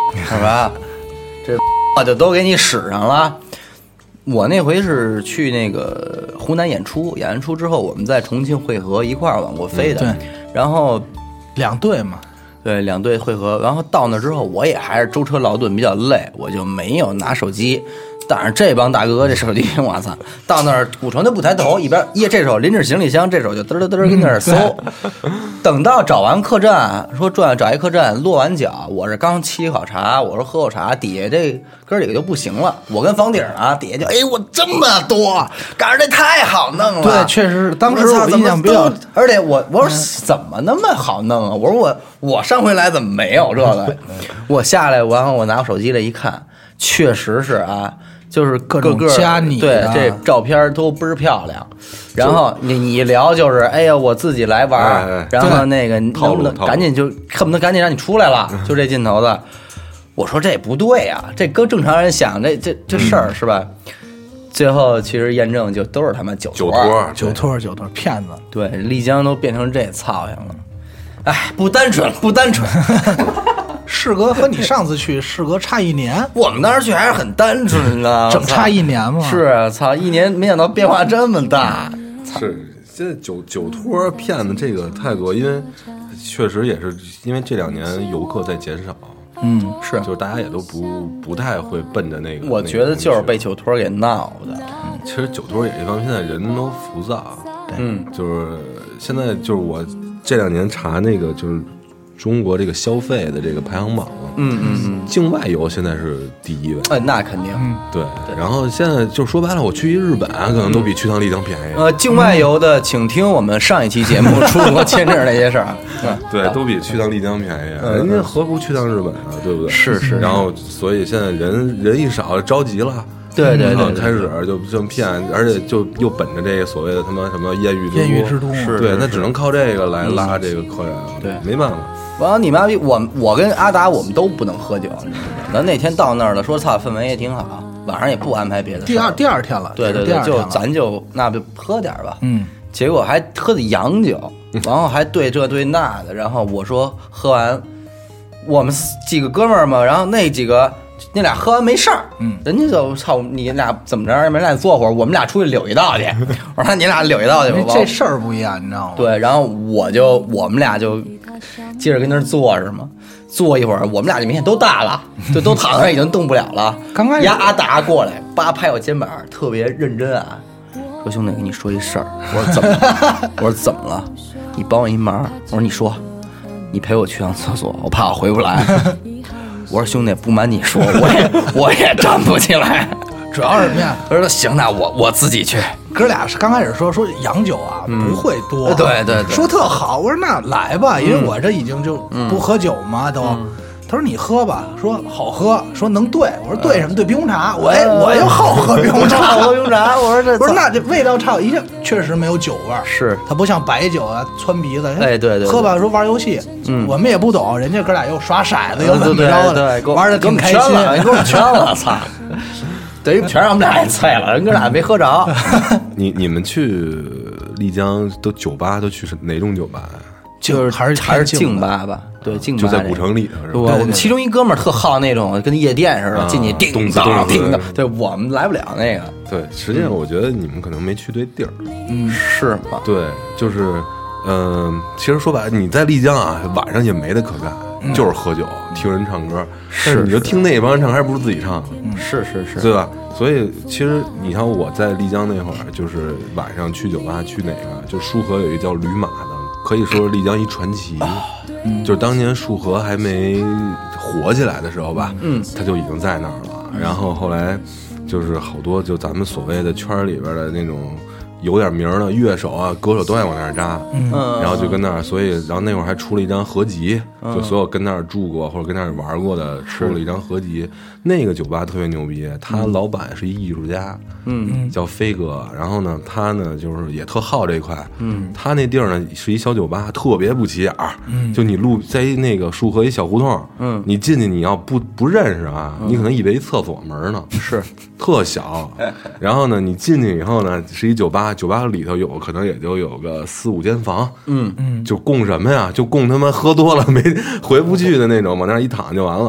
是吧？这我就都给你使上了。我那回是去那个湖南演出，演完出之后，我们在重庆汇合一块儿往过飞的。 对， 然后两队嘛， 对，两队汇合。然后到那之后，我也还是舟车劳顿，比较累，我就没有拿手机。但是这帮大哥这手机，我操！到那儿古城就不抬头，一边一这手拎着行李箱，这手就嘚嘚嘚跟那儿搜。等到找完客栈，说转找一客栈，落完脚，我是刚沏好茶，我说喝口茶，底下这哥几个就不行了，我跟房顶啊，底下就哎我这么多，赶上这太好弄了。 对，确实当时我印象比较， 而且我我说怎么那么好弄啊？我说我我上回来怎么没有这个？我下来，然后我拿手机来一看，确实是啊。就是各种加你对这照片都倍儿漂亮，然后你你一聊就是哎呀我自己来玩，哎哎然后那个能不能赶紧就恨不得赶紧让你出来了，就这劲头子。我说这不对呀、啊，这搁正常人想这这这事儿是吧？最后其实验证就都是他妈酒酒托酒托酒托骗子， 对丽江都变成这操性了，哎不单纯不单纯。 事隔和你上次去事隔差一年， 我们当时去还是很单纯的， 整差一年嘛。 是操，一年没想到变化这么大。 是现在酒酒托骗子这个太多，因为确实也是因为这两年游客在减少。 嗯，是， 就是大家也都不不太会奔着那个。 我觉得就是被酒托给闹的。 嗯，其实酒托也一方面，现在人都浮躁。 嗯， 就是现在就是我这两年查那个就是。中国这个消费的这个排行榜， 嗯嗯嗯， 境外游现在是第一位， 呃，那肯定， 嗯， 对。然后现在就说白了，我去一日本可能都比去趟丽江便宜。 呃，境外游的，请听我们上一期节目出国签证那些事儿， 对，都比去趟丽江便宜。人家何不去趟日本啊？对不对？ 是是。 然后，所以现在人人一少，着急了。 对对对， 开始就这么骗，而且就又本着这个所谓的他妈什么艳遇艳遇之都， 对，那只能靠这个来拉这个客人， 对， 没办法。 完了，你妈逼，我我跟阿达我们都不能喝酒，咱那天到那儿了，说操，氛围也挺好，晚上也不安排别的。 第二第二天了， 对对对，就咱就那就喝点吧。 嗯， 结果还喝的洋酒，然后还对这对那的，然后我说喝完，我们几个哥们儿嘛，然后那几个。那俩喝完没事儿， 嗯， 人家就操你俩怎么着？你们俩坐会儿，我们俩出去溜一道去。我说你俩溜一道去吧。 这事儿不一样，你知道吗？ 对，然后我就我们俩就接着跟那儿坐着嘛，坐一会儿，我们俩就明显都大了，就都躺那已经动不了了。 刚开始， 丫阿达过来，叭拍我肩膀，特别认真啊，说兄弟，跟你说一事儿。我说怎么了？我说怎么了？你帮我一忙。我说你说，你陪我去趟厕所，我怕我回不来。我说兄弟，不瞒你说，我也我也站不起来， 主要是面。 他说行，那我我自己去。 哥俩是刚开始说说洋酒啊、嗯、不会多， 对对对， 说特好。我说那来吧，嗯、因为我这已经就不喝酒嘛，都。嗯他说你喝吧，说好喝，说能兑。我说兑什么？兑冰红茶。我哎，我又好喝冰红茶， 好喝冰红茶。我说这不是那这味道差一定确实没有酒味儿， 是它不像白酒啊窜鼻子。 哎对对， 喝吧说玩游戏， 嗯， 我们也不懂，人家哥俩又刷骰子又怎么着的， 玩的挺开心， 你给我圈了，操！等于全让我们俩给菜了，人哥俩没喝着。 你你们去丽江都酒吧都去哪种酒吧呀？ 就是还是还是静吧吧，对，静吧就在古城里头是吧？ 我们其中一哥们儿特好那种跟夜店似的，进去叮当叮当，对我们来不了那个。 对，实际上我觉得你们可能没去对地儿。 嗯，是吗？ 对，就是，嗯，其实说白了，你在丽江啊，晚上也没得可干，就是喝酒、听人唱歌。 是， 你就听那帮人唱，还不如自己唱。 是是是， 对吧？所以其实你看我在丽江那会儿，就是晚上去酒吧，去哪个？就束河有一个叫驴马的。可以说是丽江一传奇，嗯，就是当年束河还没火起来的时候吧， 嗯， 他就已经在那儿了。然后后来就是好多就咱们所谓的圈里边的那种有点名的乐手啊、歌手都爱往那儿扎， 嗯， 然后就跟那儿，所以然后那会儿还出了一张合集，嗯、就所有跟那儿住过或者跟那儿玩过的出了一张合集。那个酒吧特别牛逼，他老板是一艺术家， 嗯， 叫飞哥。然后呢，他呢就是也特好这一块， 嗯， 他那地儿呢是一小酒吧，特别不起眼儿， 嗯， 就你路在那个束河一小胡同， 嗯， 你进去你要不不认识啊，嗯、你可能以为一厕所门呢， 是特小。然后呢，你进去以后呢，是一酒吧，酒吧里头有可能也就有个四五间房， 嗯嗯， 就供什么呀？就供他妈喝多了没回不去的那种，往那儿一躺就完了。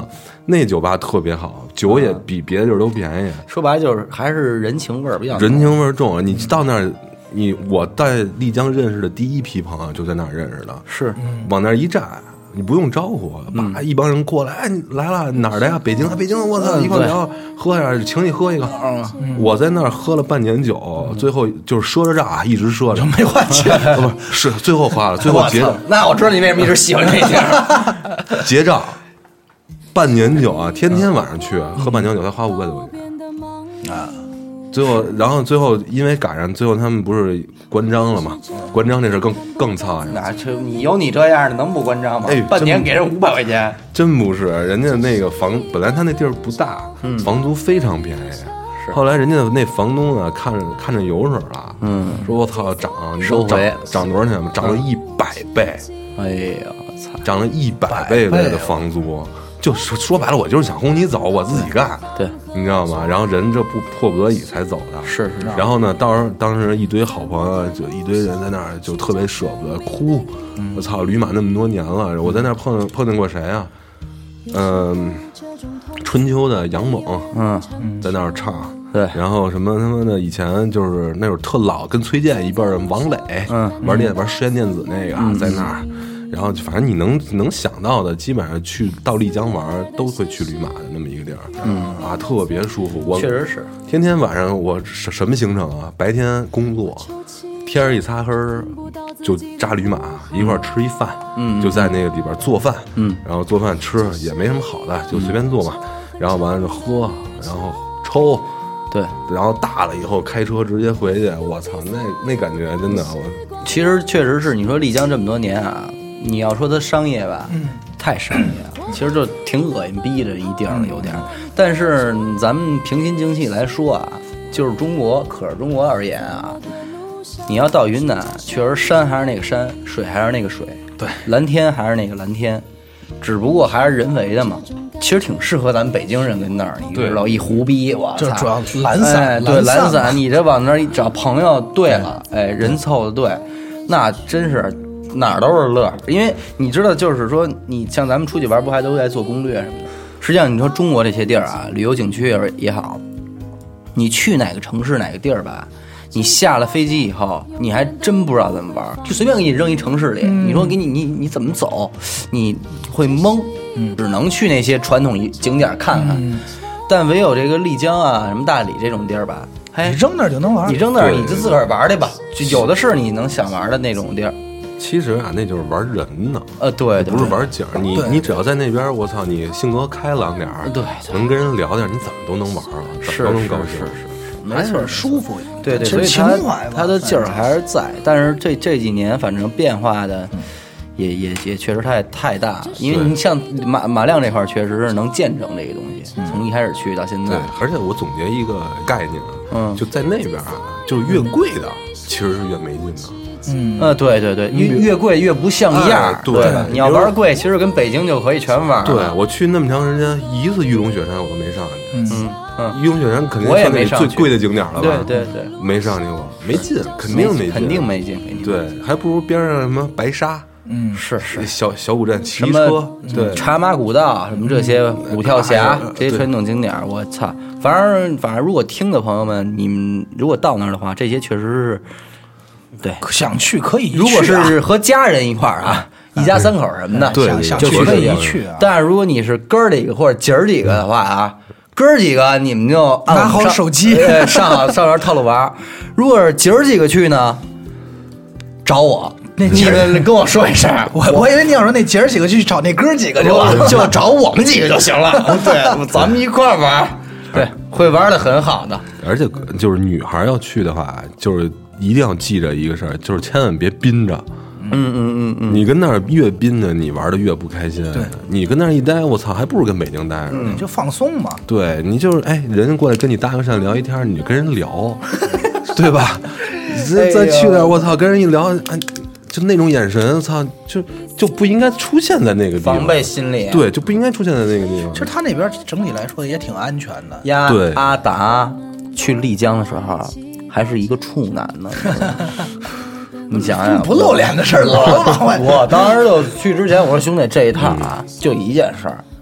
那酒吧特别好，酒也比别的地儿都便宜。 说白了就是还是人情味儿比较人情味儿重。你到那儿，你我在丽江认识的第一批朋友就在那儿认识的， 是往那儿一站。你不用招呼，把一帮人过来，哎，你来了哪儿的呀？北京，北京，我操，一块聊，喝呀，请你喝一个。我在那儿喝了半年酒，最后就是赊着账，一直赊着， 没花钱， 不是，最后花了，最后结。 那我知道你为什么一直喜欢这地儿。 结账，半年酒啊，天天晚上去喝半年酒，才花五百多块钱啊。最后，然后最后因为赶上最后他们不是关张了嘛？关张这事更更操呀！ 那这你有你这样的能不关张吗？ 哎， 半年给人五百块钱， 真不是，人家那个房本来他那地儿不大，嗯、房租非常便宜。是，后来人家那房东呢，看着看着油水了，嗯，说我操，涨，你知道涨涨多少钱吗？涨了一百倍！ 哎呀，我操， 涨了一百倍的房租。就说说白了，我就是想轰你走，我自己干， 对， 你知道吗？然后人这不迫不得已才走的， 是是。 然后呢，当时当时一堆好朋友，就一堆人在那儿，就特别舍不得，哭。嗯、我操，旅马那么多年了，我在那儿碰碰见过谁啊？嗯，春秋的杨猛， 嗯， 在那儿唱。 对， 然后什么他妈的，以前就是那会儿特老，跟崔健一辈儿，王磊，嗯，玩电玩实验电子那个，嗯、在那儿。然后反正你能能想到的，基本上去到丽江玩都会去旅马的那么一个地儿，嗯啊，特别舒服。我确实是天天晚上我什什么行程啊？白天工作，天儿一擦黑就扎旅马一块儿吃一饭，嗯，就在那个里边做饭，嗯，然后做饭吃也没什么好的，就随便做嘛，嗯、然后完了就喝，然后抽。 对， 然后大了以后开车直接回去，我操，那那感觉真的我。 其实确实是，你说丽江这么多年啊，你要说它商业吧，嗯、太商业了，其实就挺恶心逼的一地儿有点。但是咱们平心静气来说啊，就是中国，可是中国而言啊，你要到云南，确实山还是那个山，水还是那个水， 对， 蓝天还是那个蓝天，只不过还是人为的嘛。其实挺适合咱们北京人跟那儿，你知道一胡逼，我就主要懒散， 哎、对懒散，你这往那儿一找朋友，对了，哎，人凑的对，那真是哪儿都是乐。因为你知道，就是说，你像咱们出去玩，不还都在做攻略什么的？实际上，你说中国这些地儿啊，旅游景区也好，你去哪个城市哪个地儿吧，你下了飞机以后，你还真不知道怎么玩，就随便给你扔一城市里，嗯、你说给你你你怎么走，你会懵。嗯，只能去那些传统景点看看，嗯、但唯有这个丽江啊、什么大理这种地儿吧，哎， 你扔那儿就能玩， 你扔那儿你就自个儿玩去吧，就有的是你能想玩的那种地儿。 其实啊，那就是玩人呢， 呃，对，对不是玩景儿。你你只要在那边，我操，你性格开朗点儿， 对， 能跟人聊点，你怎么都能玩了，怎么都能高兴， 是是是， 没错，舒服。 对对，所以它它的劲儿还是在，但是这这几年反正变化的。嗯也也也确实太太大了，因为你像马马亮这块确实是能见证这个东西，嗯、从一开始去到现在。 对，而且我总结一个概念，嗯，就在那边啊，就是越贵的其实是越没劲的。 嗯，呃，对对对，越越贵越不像样。 哎、对， 你要玩贵，其实跟北京就可以全玩。 对，我去那么长时间，一次玉龙雪山我都没上去。 嗯嗯， 玉龙雪山肯定是最贵的景点了吧？ 对对对， 没上去过，没劲，肯定没劲， 肯定没劲。 对，还不如边上什么白沙。 嗯，是是， 小小古镇骑车，对， 茶马古道什么这些五跳峡、嗯、这些传统景点，我操！反正反正，如果听的朋友们，你们如果到那儿的话，这些确实是，对， 想去可以去、啊。 如果是和家人一块儿啊，一家三口什么的， 对， 想去可以去啊。 但是如果你是哥儿几个或者姐儿几个的话啊，哥儿几个你们就拿好手机上上边套路玩。如果是姐儿几个去呢，找我。你们跟我说一声， 我我以为你要说那姐儿几个去找那哥几个就就找我们几个就行了。对，咱们一块儿玩，对，会玩的很好的。 而且就是女孩要去的话，就是一定要记着一个事儿，就是千万别憋着。 嗯嗯嗯嗯， 你跟那儿越憋着，你玩的越不开心。 对， 你跟那儿一待，我操，还不如跟北京待着。 嗯，就放松嘛。 对你就是哎，人家过来跟你搭个讪聊一天，你就跟人聊，对吧？再再去点，我操，跟人一聊，哎。就那种眼神，操，就就不应该出现在那个地方， 防备心理， 对，就不应该出现在那个地方。 其实他那边整体来说也挺安全的。 呀，对，阿达去丽江的时候还是一个处男呢。你想想， 不露脸的事儿老往外。 我当时就去之前，我说兄弟，这一趟啊，就一件事儿，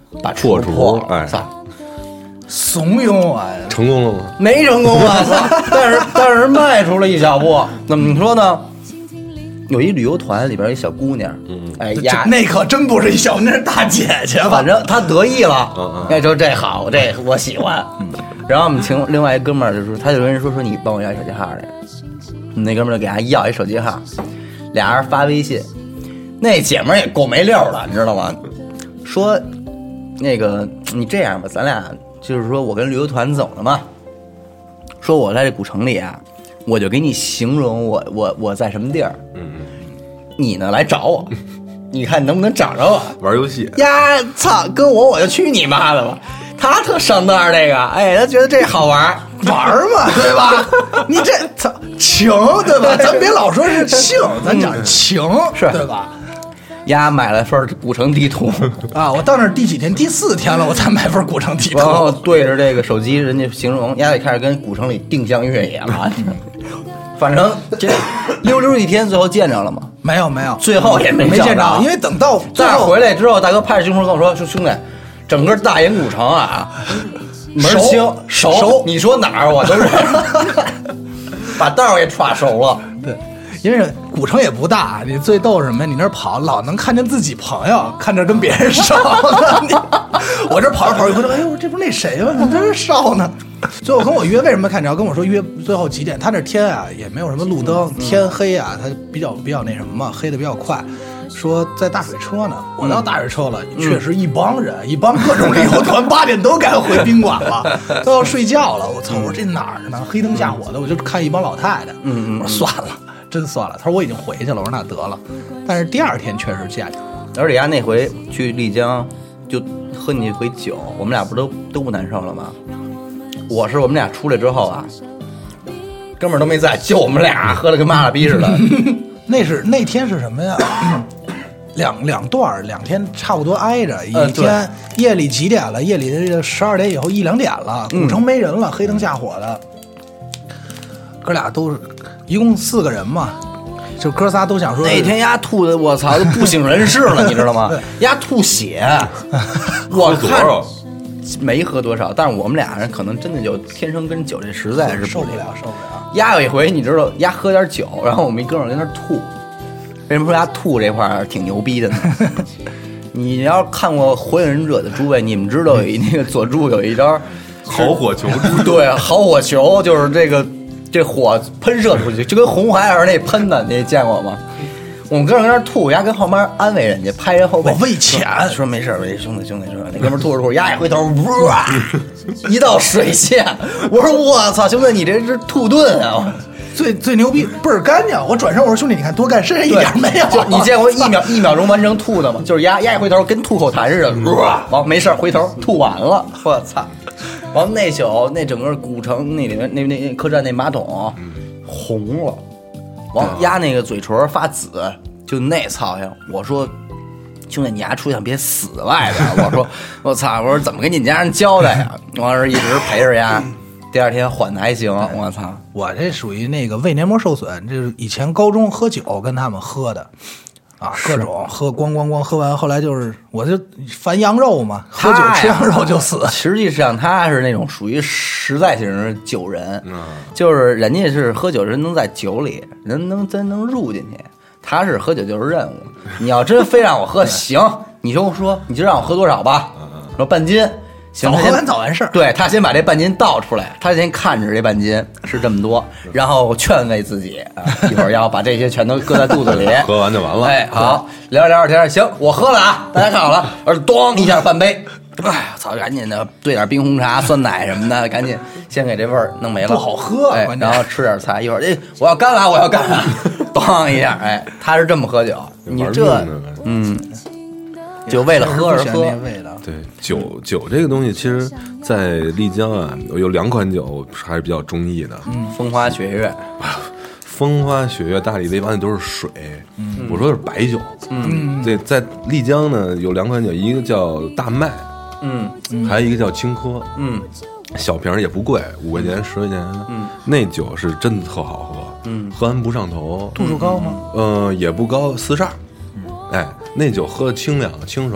把破除，哎， 操， 怂恿啊， 成功了吗？ 没成功啊！但是但是迈出了一小步，怎么说呢？有一旅游团里边一小姑娘，嗯，哎呀， 那可真不是一小，那是大姐姐吧？ 反正她得意了， 嗯嗯， 哎，说这好，这我喜欢。然后我们请另外一哥们儿，就说他就跟人说说你帮我要手机号来，那哥们儿就给他要一手机号，俩人发微信，那姐们儿也够没溜的，你知道吗？说那个你这样吧，咱俩就是说我跟旅游团走的嘛，说我在这古城里啊。我就给你形容我我我在什么地儿，嗯，你呢来找我，你看你能不能找着我？ 玩游戏呀，操，跟我我就去你妈的吧！他特上道这个，哎，他觉得这好玩玩嘛，对吧？你这操情对吧？咱别老说是性，咱讲情， 是对吧？ 丫买了份古城地图啊！我到那儿第几天？第四天了，我才买份古城地图。 然后对着这个手机，人家形容丫也开始跟古城里定向越野了。反正这溜溜一天，最后见着了吗？ 没有，没有， 最后也没没见着。因为等到但是回来之后，大哥拍着胸脯跟我说：“说兄弟，整个大研古城啊，门清熟熟，你说哪儿我都认识，把道儿给串熟了。” 对。因为古城也不大，你最逗是什么？你那儿跑老能看见自己朋友，看着跟别人少呢。我这跑着跑着，回头，哎呦，这不是那谁吗？你在这少呢。最后跟我约，为什么看着要跟我说约最后几点？他那天啊也没有什么路灯，天黑啊，他比较比较那什么嘛，黑的比较快。说在大水车呢，我到大水车了，嗯、确实一帮人，一帮各种旅游团，八点都该回宾馆了，都要睡觉了。我操！我说这哪儿呢？黑灯瞎火的，我就看一帮老太太。嗯嗯，我说算了。真算了，他说我已经回去了，我说那得了。但是第二天确实见着， 而且丫那回去丽江就喝你那回酒，我们俩不都都不难受了吗？我是我们俩出来之后啊，哥们儿都没在，就我们俩喝了跟妈了逼似的。 那是那天是什么呀？两两段两天差不多挨着，一天、呃、夜里几点了？夜里的十二点以后一两点了，古城没人了，嗯、黑灯瞎火的，哥俩都是。一共四个人嘛，就哥仨都想说那天丫吐的，我操，都不省人事了，你知道吗？丫吐血，我看没喝多少，但是我们俩人可能真的就天生跟酒这实在是受不了，受不了。 丫有一回你知道，丫喝点酒，然后我们一哥们儿在那吐，为什么说丫吐这块儿挺牛逼的呢？你要看过《火影忍者》的诸位，你们知道有一那个佐助有一招好火球， 对，好火球就是这个。这火喷射出去，就跟红孩儿那喷的，你见过吗？我们哥们儿跟那吐，丫跟后面安慰人家，拍人后背， 我为钱说没事，喂兄弟兄弟说，那哥们儿吐着吐着，丫一回头，哇，一道水线，我说我操，兄弟你这是吐遁啊！ 最最牛逼，倍儿干净。我转身我说兄弟，你看多干，身上一点没有。 就你见过一秒一秒钟完成吐的吗？就是丫丫一回头，跟吐口痰似的，哇，完没事回头吐完了，我操！完那宿那整个古城那里面那那客栈那马桶红了，完压那个嘴唇发紫，就那操性。我说兄弟，你丫出去别死外边。我说我操，我说怎么跟你家人交代呀？完事一直陪着丫，第二天缓的还行。我操， 我这属于那个胃黏膜受损，这是以前高中喝酒跟他们喝的。啊，各种喝，咣咣咣喝完，后来就是我就烦羊肉嘛，喝酒吃羊肉就死。 实际上他是那种属于实在型的酒人，嗯、就是人家是喝酒人能在酒里，人能真能入进去。他是喝酒就是任务，你要真非让我喝，行，你就说你就让我喝多少吧，说半斤。行， 早喝完早完事儿。 对，他先把这半斤倒出来，他先看着这半斤是这么多，然后劝慰自己，啊、一会儿要把这些全都搁在肚子里， 喝完就完了。 哎，好，聊着聊着天，行，我喝了啊，大家看好了，而咣一下半杯，哎呀，操，赶紧的兑点冰红茶、酸奶什么的，赶紧先给这味儿弄没了， 不好喝。 哎，然后吃点菜，一会儿，哎，我要干了，我要干了，咣一下，哎，他是这么喝酒，你这，嗯。就为了喝而喝， 对酒酒这个东西，其实，在丽江啊，有两款酒还是比较中意的。 嗯，风花雪月， 风花雪月，大理那帮都是水。嗯，我说的是白酒。嗯，这在丽江呢有两款酒，一个叫大麦，嗯，还有一个叫青稞。嗯，小瓶也不贵，五块钱、十块钱。嗯，那酒是真的特好喝。嗯，喝完不上头。 度数高吗？ 呃，也不高，四十二。哎，那酒喝清凉清爽，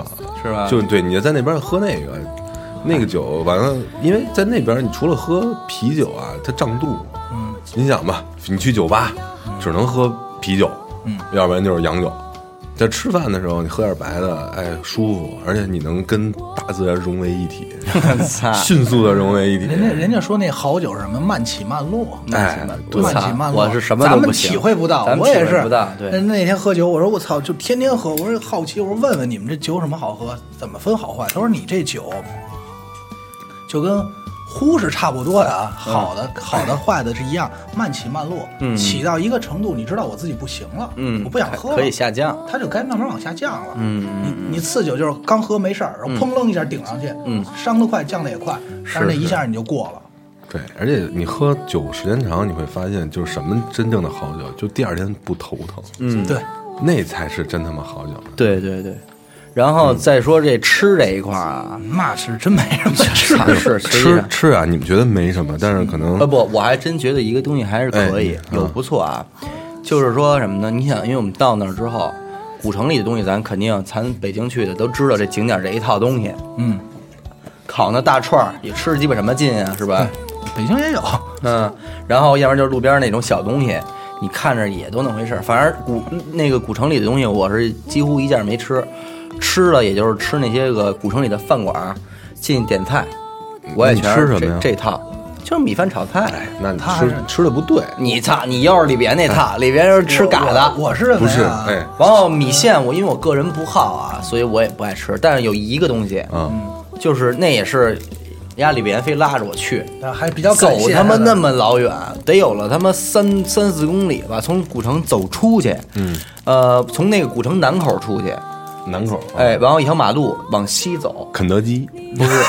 是吧？ 就对，你在那边喝那个那个酒，完了，因为在那边你除了喝啤酒啊，它胀肚。嗯，你想吧，你去酒吧只能喝啤酒，嗯，要不然就是洋酒。在吃饭的时候，你喝点白的，哎，舒服，而且你能跟大自然融为一体，迅速的融为一体。 人家人家说那好酒是什么慢起慢落， 哎， 慢起慢落， 我是什么都不行， 咱们体会不到，我也是。 对， 那天喝酒，我说我操，就天天喝，我说好奇，我说问问你们这酒什么好喝，怎么分好坏？他说你这酒就跟呼是差不多的啊，好的、嗯、好的坏的是一样，慢起慢落，嗯，起到一个程度，你知道我自己不行了，嗯，我不想喝了， 可以下降， 它就该慢慢往下降了，嗯，你你次酒就是刚喝没事儿，然后砰楞一下顶上去，嗯，上得快降得也快，但是那一下你就过了。 对，而且你喝酒时间长，你会发现，就是什么真正的好酒，就第二天不头疼， 嗯，对， 那才是真他妈好酒。 对对对。然后再说这吃这一块啊， 那是真没什么吃是吃吃啊，你们觉得没什么，但是可能呃不，我还真觉得一个东西还是可以，有不错啊。就是说什么呢？你想，因为我们到那儿之后，古城里的东西咱肯定，咱北京去的都知道这景点这一套东西。嗯，烤那大串儿也吃鸡巴什么劲啊，是吧？ 北京也有。 嗯，然后要不然就是路边那种小东西，你看着也都那么回事。反正古那个古城里的东西，我是几乎一件没吃。吃了也就是吃那些个古城里的饭馆，进点菜，我也全吃什么呀？ 这套就是米饭炒菜。 哎，那你吃吃的不对， 你操，你又是里边那套，里边是吃嘎的。 我是不是？哎， 然后米线我因为我个人不好啊，所以我也不爱吃。但是有一个东西，嗯，就是那也是家里边非拉着我去， 还比较走他妈那么老远，得有了他妈三三四公里吧，从古城走出去，嗯，呃，从那个古城南口出去。 南口， 哎，然后一条马路往西走， 肯德基不是，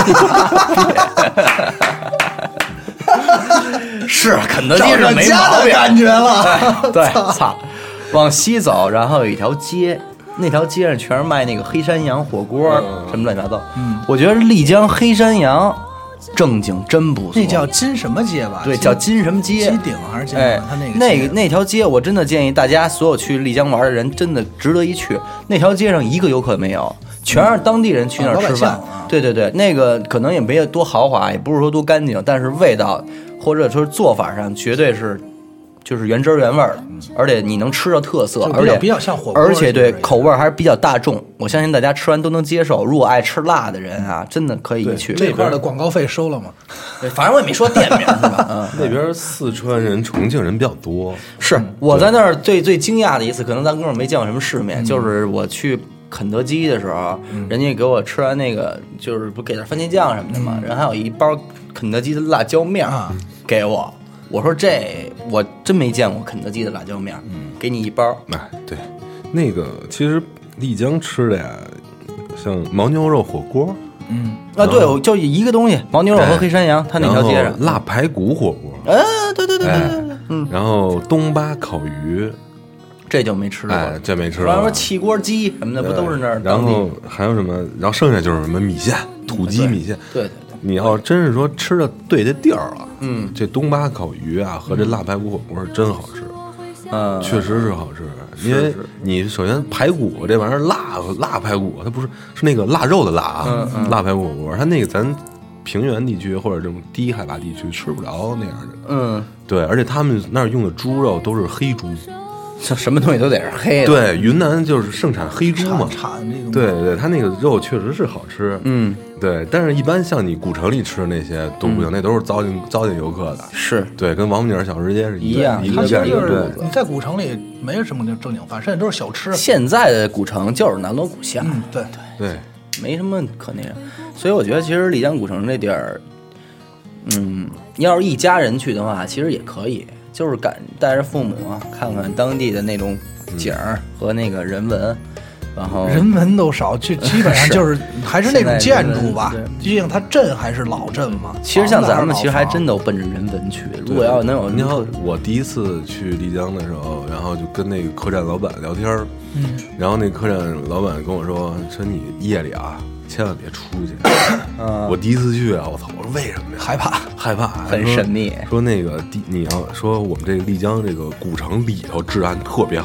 是肯德基是没毛病， 感觉了。 对，操，往西走，然后有一条街，那条街上全是卖那个黑山羊火锅，嗯、什么乱七八糟。嗯，我觉得丽江黑山羊正经真不错。 那叫金什么街吧？ 对，叫金什么街？ 金顶还是金？ 哎， 他那个那个那条街，我真的建议大家所有去丽江玩的人，真的值得一去。那条街上一个游客没有，全是当地人去那儿吃饭。 嗯啊、 对对对，那个可能也没有多豪华，也不是说多干净，但是味道或者说做法上绝对是。就是原汁原味的，而且你能吃到特色，而且比较像火锅， 而且对口味还是比较大众。我相信大家吃完都能接受。如果爱吃辣的人啊，真的可以一去。 这块的广告费收了吗？ 反正我也没说店名是吧？嗯， 那边四川人、重庆人比较多。 是我在那儿最最惊讶的一次，可能咱哥们儿没见过什么世面，就是我去肯德基的时候，人家给我吃完那个，就是不给点番茄酱什么的嘛，然后还有一包肯德基的辣椒面给我。我说这我真没见过肯德基的辣椒面，嗯，给你一包。 哎，对，那个其实丽江吃的呀，像牦牛肉火锅， 嗯啊，对，我就一个东西，牦牛肉和黑山羊，它那条街上辣排骨火锅， 哎，对对对对对对，嗯， 然后东巴烤鱼， 这就没吃过， 哎，这没吃过。 然后说汽锅鸡什么的，不都是那儿？ 然后还有什么？然后剩下就是什么米线，土鸡米线， 对对。 你要真是说吃的对的地儿了，嗯，这东巴烤鱼啊和这辣排骨火锅是真好吃，嗯，确实是好吃。因为你首先排骨这玩意儿辣辣排骨，它不是是那个腊肉的辣啊，嗯嗯、辣排骨火锅，它那个咱平原地区或者这种低海拔地区吃不着那样的，嗯，对，而且他们那儿用的猪肉都是黑猪。 像什么东西都得是黑的。 对，云南就是盛产黑猪嘛， 产那个。 对对，它那个肉确实是好吃。嗯，对，但是一般像你古城里吃的那些都不行，嗯、那都是糟践糟践游客的。 是， 对，跟王府井小吃街是一样， 一个概念。就是你在古城里没有什么正经饭，甚至都是小吃。 现在的古城就是南锣鼓巷， 嗯，对对对， 没什么可那个。所以我觉得其实丽江古城这地儿，嗯，要是一家人去的话，其实也可以，就是赶带着父母啊，看看当地的那种。景儿和那个人文，然后人文都少，就基本上就是还是那种建筑吧。毕竟它镇还是老镇嘛。 其实像咱们，其实还真都奔着人文去。如果要能有， 你好，我第一次去丽江的时候，然后就跟那个客栈老板聊天儿，嗯，然后那客栈老板跟我说：“说你夜里啊，千万别出去。”嗯，我第一次去啊，我操！我说为什么呀？ 害怕， 害怕， 很神秘。 说那个第你要说我们这个丽江这个古城里头治安特别好。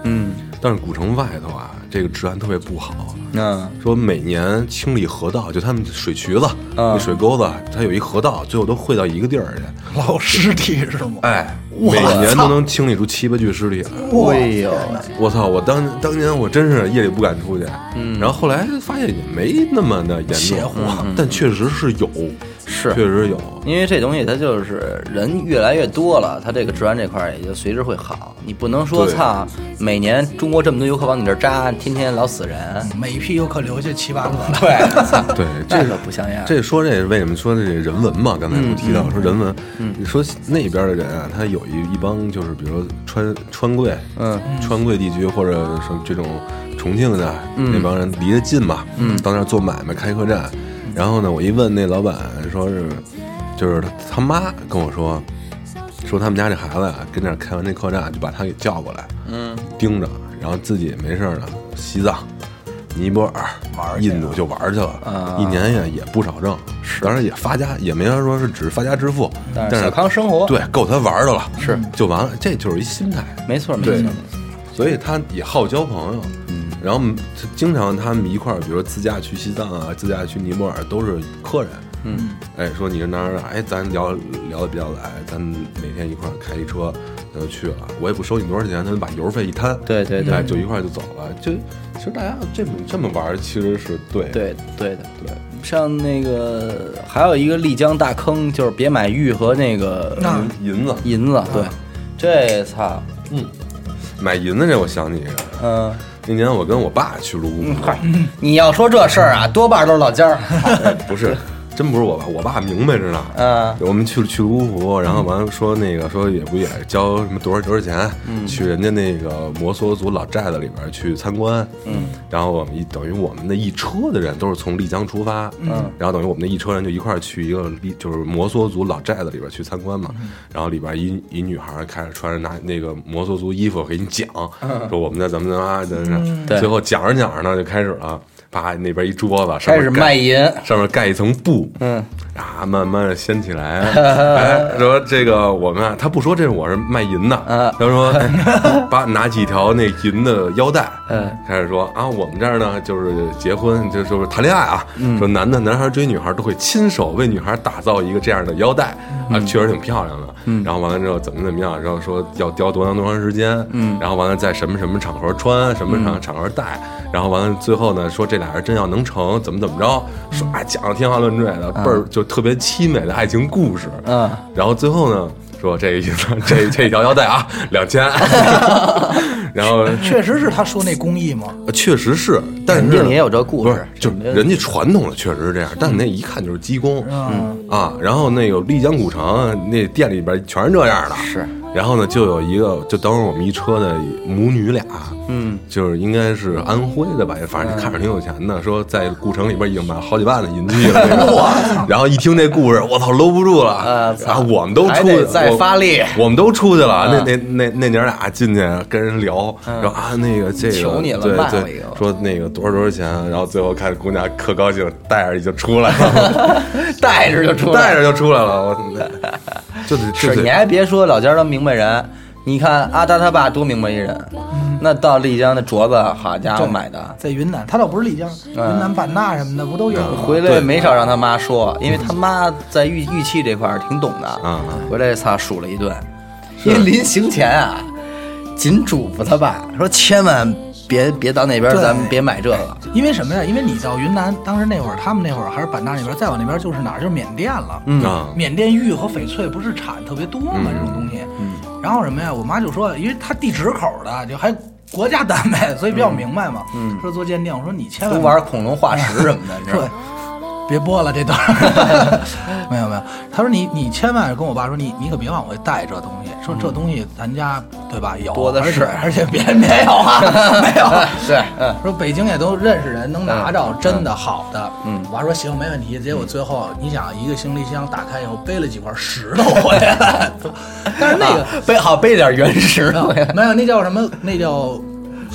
嗯，但是古城外头啊，这个治安特别不好。 嗯， 说每年清理河道，就他们水渠子、嗯、那水沟子，它有一河道，最后都汇到一个地儿去， 捞尸体是吗？ 哎，每年都能清理出七八具尸体来。 哎呦， 我操！我当当年我真是夜里不敢出去，嗯，然后后来发现也没那么的严重，嗯、但确实是有。 是， 确实有， 因为这东西它就是人越来越多了，它这个治安这块也就随之会好。你不能说操，每年中国这么多游客往你这儿扎，天天老死人， 每一批游客留下七八个了。 对， 对，这个不像样。 这说这为什么说这人文嘛？刚才我提到、嗯、说人文，嗯，你说那边的人啊，他有一一帮就是比如川川贵，嗯，川贵地区或者什么这种重庆的、嗯、那帮人离得近嘛，嗯，到那儿做买卖开客栈。然后呢，我一问那老板，说是，就是他他妈跟我说，说他们家这孩子啊，跟那儿开完这客栈，就把他给叫过来，嗯，盯着，然后自己没事呢，西藏、尼泊尔、印度就玩去了，啊、一年也也不少挣，当然也发家，也没人说是只发家致富， 但是小康生活， 对，够他玩的了， 是就完了，这就是一心态， 没错没错， 所以他也好交朋友。然后经常他们一块儿，比如说自驾去西藏啊，自驾去尼泊尔，都是客人。嗯，哎，说你是哪儿的？哎，咱聊聊得比较来，咱哪天一块儿开一车，咱就去了。我也不收你多少钱，咱把油费一摊， 对对对， 哎，就一块儿就走了。就其实大家这么这么玩，其实是对对对的对。 像那个还有一个丽江大坑，就是别买玉和那个银子银子，对，这操， 嗯，买银子这我想起一个，嗯。那年我跟我爸去泸沽湖， 嗯，你要说这事儿啊，多半都是老家儿， 哎，不是，真不是我爸，我爸明白着呢。嗯，我们去去泸沽湖，然后完了说那个说也不也交什么多少多少钱，嗯，去人家那个摩梭族老寨子里边去参观，嗯，然后我们一等于我们那一车的人都是从丽江出发，嗯，然后等于我们那一车人就一块儿去一个就是摩梭族老寨子里边去参观嘛，嗯，然后里边一一女孩开始穿着拿那个摩梭族衣服给你讲，嗯，说我们的怎么怎么怎么，嗯，最后讲着讲着呢就开始了。啪，那边一桌子， 开始卖淫， 上面盖一层布，嗯，啊，慢慢的掀起来。哎，说这个我们啊，他不说这是我是卖淫的，嗯，他说，哎，把拿几条那银的腰带，嗯，开始说啊，我们这儿呢就是结婚，就就是谈恋爱啊，嗯，说男的男孩追女孩都会亲手为女孩打造一个这样的腰带，嗯，啊，确实挺漂亮的，嗯，然后完了之后怎么怎么样，然后说要雕多长多长时间，嗯，然后完了在什么什么场合穿，什么场场合戴。然后完了，最后呢，说这俩人真要能成，怎么怎么着，说哎讲的天花乱坠的，倍儿就特别凄美的爱情故事。嗯，然后最后呢，说这个这这一条腰带啊，两千。然后确实是他说那工艺吗？ 确实是，但是也有这故事， 就人家传统的确实是这样，但是那一看就是鸡公，嗯啊，然后那个丽江古城那店里边全是这样的， 是。 然后呢，就有一个，就等会儿我们一车的母女俩，嗯，就是应该是安徽的吧，反正看着挺有钱的，说在古城里边已经买好几万的银器了。然后一听这故事，我操，搂不住了，啊，然后我们都出去， 再发力， 我们都出去了。那那那那娘俩进去跟人聊，说啊，那个这个， 求你了， 对对，说那个多少多少钱，然后最后看姑娘可高兴，带着就出来了， 带着就出来， 带着就出来了，我。就是是，你还别说老家的明白人，你看阿达他爸多明白一人，嗯，那到丽江的镯子，好家伙买的， 在云南，他倒不是丽江，嗯，云南版纳什么的不都有？ 回来没少让他妈说，因为他妈在玉玉器这块挺懂的，嗯，回来操数了一顿，因为临行前啊，紧嘱咐他爸说千万。别别到那边，咱们别买这个。 因为什么呀？因为你到云南，当时那会儿，他们那会儿还是版纳那边，再往那边就是哪儿？就是缅甸了。嗯，缅甸玉和翡翠不是产特别多嘛，嗯，这种东西。嗯，然后什么呀？我妈就说，因为她地址口的，就还国家单位，所以比较明白嘛。嗯，说做鉴定，我说你千万都玩恐龙化石什么的， 对。别播了这段没有没有，他说你你千万跟我爸说你你可别往回带这东西，说这东西咱家对吧有多的是， 而且别没有啊没有对，嗯， 说北京也都认识人能拿着真的好的，嗯，我爸说行没问题，结果最后你想一个行李箱打开以后背了几块石头回来，但是那个、啊、 背好背点原石头， 没有那叫什么那叫。石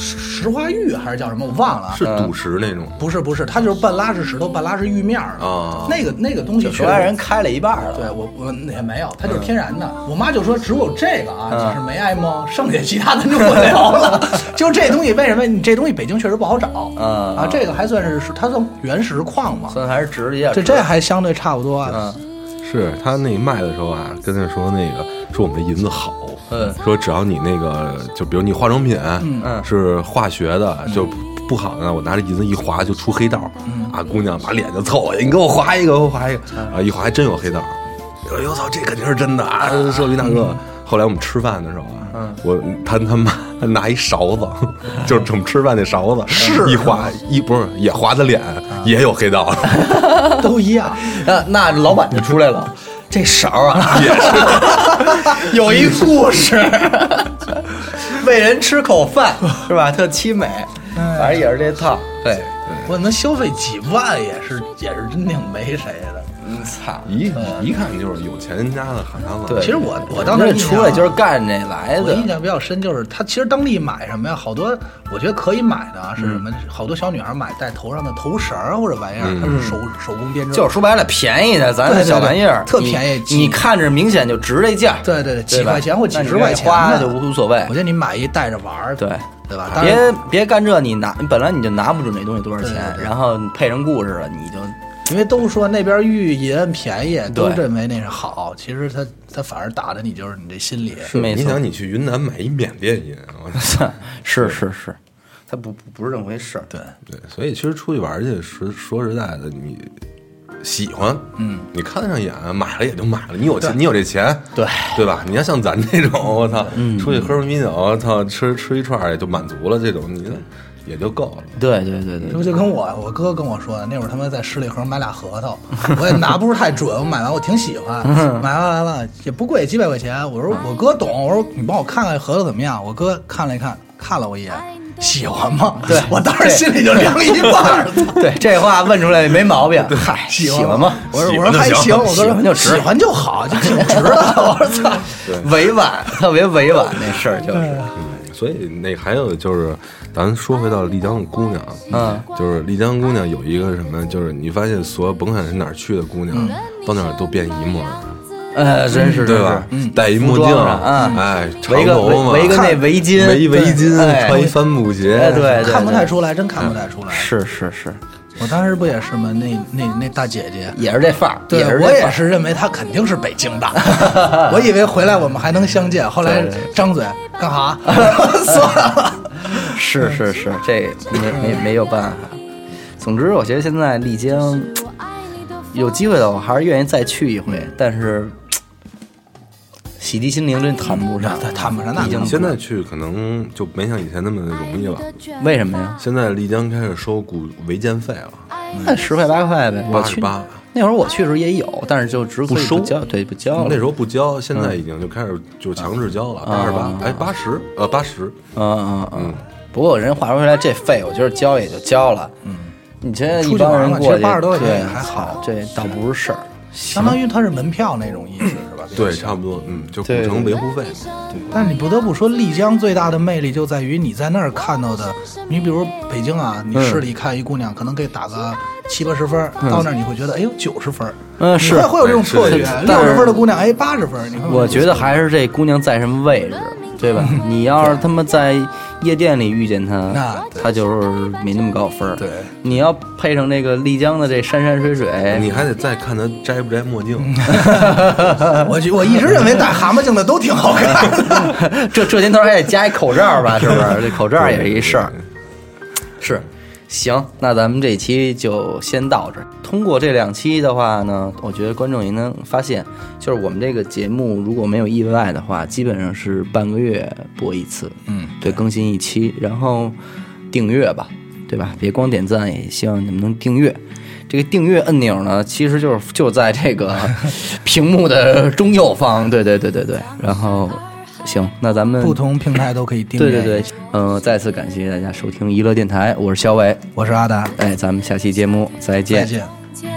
石花玉还是叫什么我忘了， 是赌石那种？ 不是不是，它就是半拉是石头，半拉是玉面的啊。 那个那个东西， 石花人开了一半了。 对我我也没有，它就是天然的。我妈就说只有这个啊，就是没挨蒙，剩下其他的就不聊了。就这东西为什么你这东西北京确实不好找啊？ 啊，这个还算是它算原石矿嘛， 算还是值一下。 这这还相对差不多。 嗯， 是他那卖的时候啊，跟他说那个说我们的银子好。嗯，说只要你那个，就比如你化妆品，嗯，是化学的，嗯、就不好呢。我拿着银子一划就出黑道，嗯、啊，姑娘把脸就凑过去，你给我划一个，给我划一个，嗯、啊，一划还真有黑道。哎呦操，这肯定是真的啊！社比大哥。嗯、后来我们吃饭的时候啊，嗯、我他他妈拿一勺子，就是我们吃饭那勺子，是一划一不是也划的脸，嗯、也有黑道， 都一样。 那那老板就出来了。这勺啊， 也是有一故事，为人吃口饭是吧？特凄美，反正也是这套。对， 我他妈消费几万也是也是真挺没谁的。 嗯，操， 一一看就是有钱人家的孩子。 对， 其实我我当时出来就是干这来的。 我印象比较深就是他其实当地买什么呀，好多我觉得可以买的是什么？好多小女孩买戴头上的头绳或者玩意儿，它是手手工编织。 就是说白了，便宜的，咱的小玩意儿特便宜， 你看着明显就值这价。 对对对，几块钱或几十块钱花就无所谓。 我觉得你买一带着玩儿， 对对吧？ 别别干这，你拿本来你就拿不准这东西多少钱，然后配上故事了，你就。 因为都说那边玉银便宜，都认为那是好，其实他他反而打的你就是你这心里。 是没错。 你想你去云南买一缅甸银， 是是是，它不不是这么回事。 对对，所以其实出去玩去，实说实在的，你喜欢，嗯，你看得上眼，买了也就买了。你有钱，你有这钱， 对对吧？你要像咱这种，我操，嗯、出去喝瓶啤酒，我操，吃吃一串也就满足了，这种你。也就够了。 对对对对， 这就跟我我哥跟我说的，那会儿他们在十里河买俩核桃，我也拿不是太准，我买完我挺喜欢，买完来了也不贵，几百块钱。我说我哥懂，我说你帮我看看核桃怎么样。我哥看了一看，看了我一眼，喜欢吗？ 对我当时心里就凉一半。 对，这话问出来没毛病。嗨，喜欢吗？ 我说我说还行，我哥说喜欢就好，就挺值的。我操， 委婉，特别委婉那事儿就是。 所以那还有就是，咱说回到丽江的姑娘，嗯，就是丽江姑娘有一个什么，就是你发现所有甭管是哪儿去的姑娘，嗯、到哪儿都变一模样。 呃，真是对吧？嗯，戴一墨镜， 啊， 哎，长头发， 围个那围巾， 围一围巾，穿一帆布鞋， 哎，对， 看不太出来，真看不太出来。 是是是。 我当时不也是吗？那那那大姐姐也是这范儿， 对我也是认为她肯定是北京的，我以为回来我们还能相见，后来张嘴干哈？算了， 是是是，这没没没有办法。总之，我觉得现在丽江有机会的话，还是愿意再去一回，但是洗涤心灵真谈不上， 谈不上。那现在去可能就没像以前那么容易了。 为什么呀？ 现在丽江开始收古违建费了， 那十块八块呗。 八十八。 那会儿我去的时候也有，但是就只不收， 交对不交。 那时候不交，现在已经就开始就强制交了，八十八，哎，八十，呃，八十。 嗯嗯嗯。不过人话说回来，这费我觉得交也就交了。嗯。你觉得一帮人过去， 八十多块钱还好， 这倒不是事儿。 相当于它是门票那种意思是吧？ 对，差不多，嗯，就古城维护费嘛。 对，但是你不得不说，丽江最大的魅力就在于你在那儿看到的，你比如北京啊，你市里看一姑娘，可能给打个七八十分，到那儿你会觉得，哎呦，九十分， 嗯，是会有这种错觉，六十分的姑娘，哎，八十分，你会。 我觉得还是这姑娘在什么位置，对吧？你要是他妈在夜店里遇见她，她就是没那么高分。 对， 你要配上那个丽江的这山山水水， 你还得再看她摘不摘墨镜。 我我一直认为戴蛤蟆镜的都挺好看的。 这这年头还得加一口罩吧？是不是？这口罩也是一事儿。是。行，那咱们这期就先到这儿。通过这两期的话呢，我觉得观众也能发现，就是我们这个节目如果没有意外的话，基本上是半个月播一次，嗯，对，更新一期，然后订阅吧，对吧？别光点赞，也希望你们能订阅。这个订阅按钮呢，其实就是就在这个屏幕的中右方，对对对对对，然后。行，那咱们不同平台都可以订阅。 对对对，嗯、呃，再次感谢大家收听娱乐电台，我是小伟， 我是阿达， 哎，咱们下期节目再见。 再见。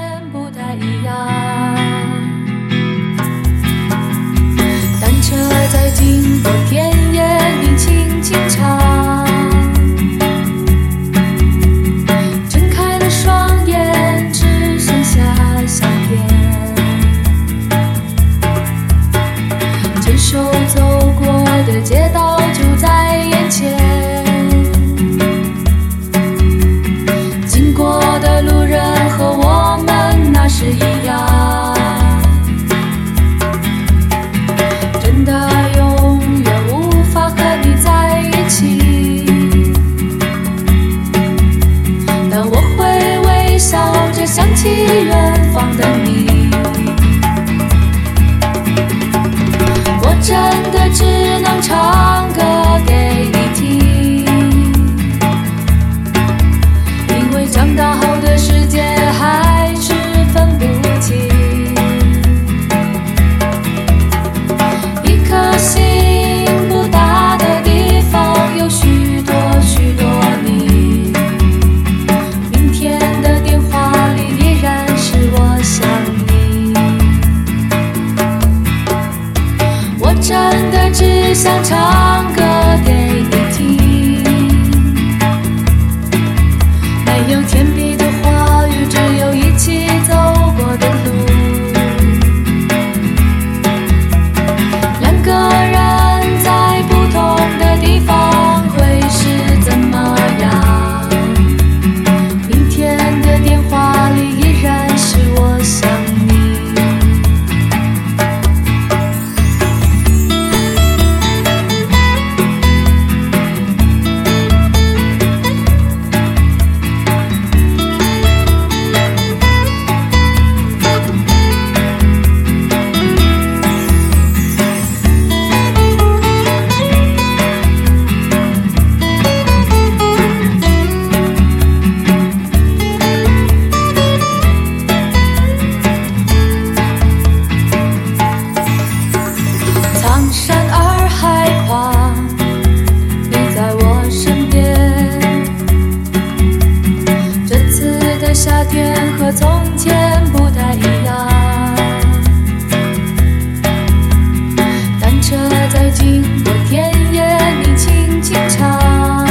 单车在经过田野里轻轻唱， 想唱歌给你听，没有甜蜜的话语，只有一起走过的路。两个人在不同的地方会是怎么样？明天的电话里依然是我想你。苍山洱海旁，你在我身边。这次的夏天和从前不太一样，单车在经过田野，你轻轻唱，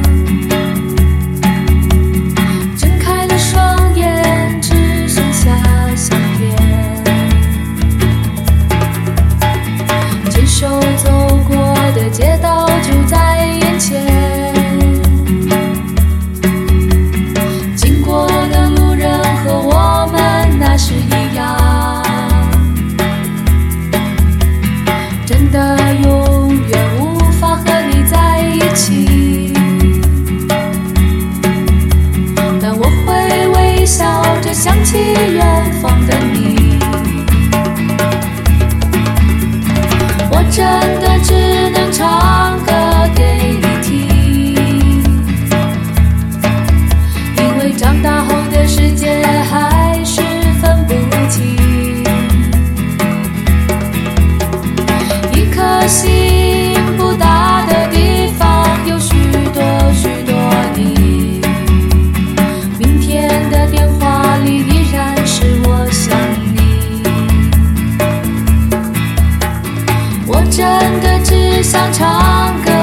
睁开了双眼，只剩下相片。牵手走过的街道就在眼前，经过的路人和我们那时一样，真的永远无法和你在一起，但我会微笑着想起远方的你。我真的只能唱歌给你听，因为长大后的世界还是分不清。一颗心不大的地方有许多许多你，明天的电话里依然是我想你。我真的只想唱歌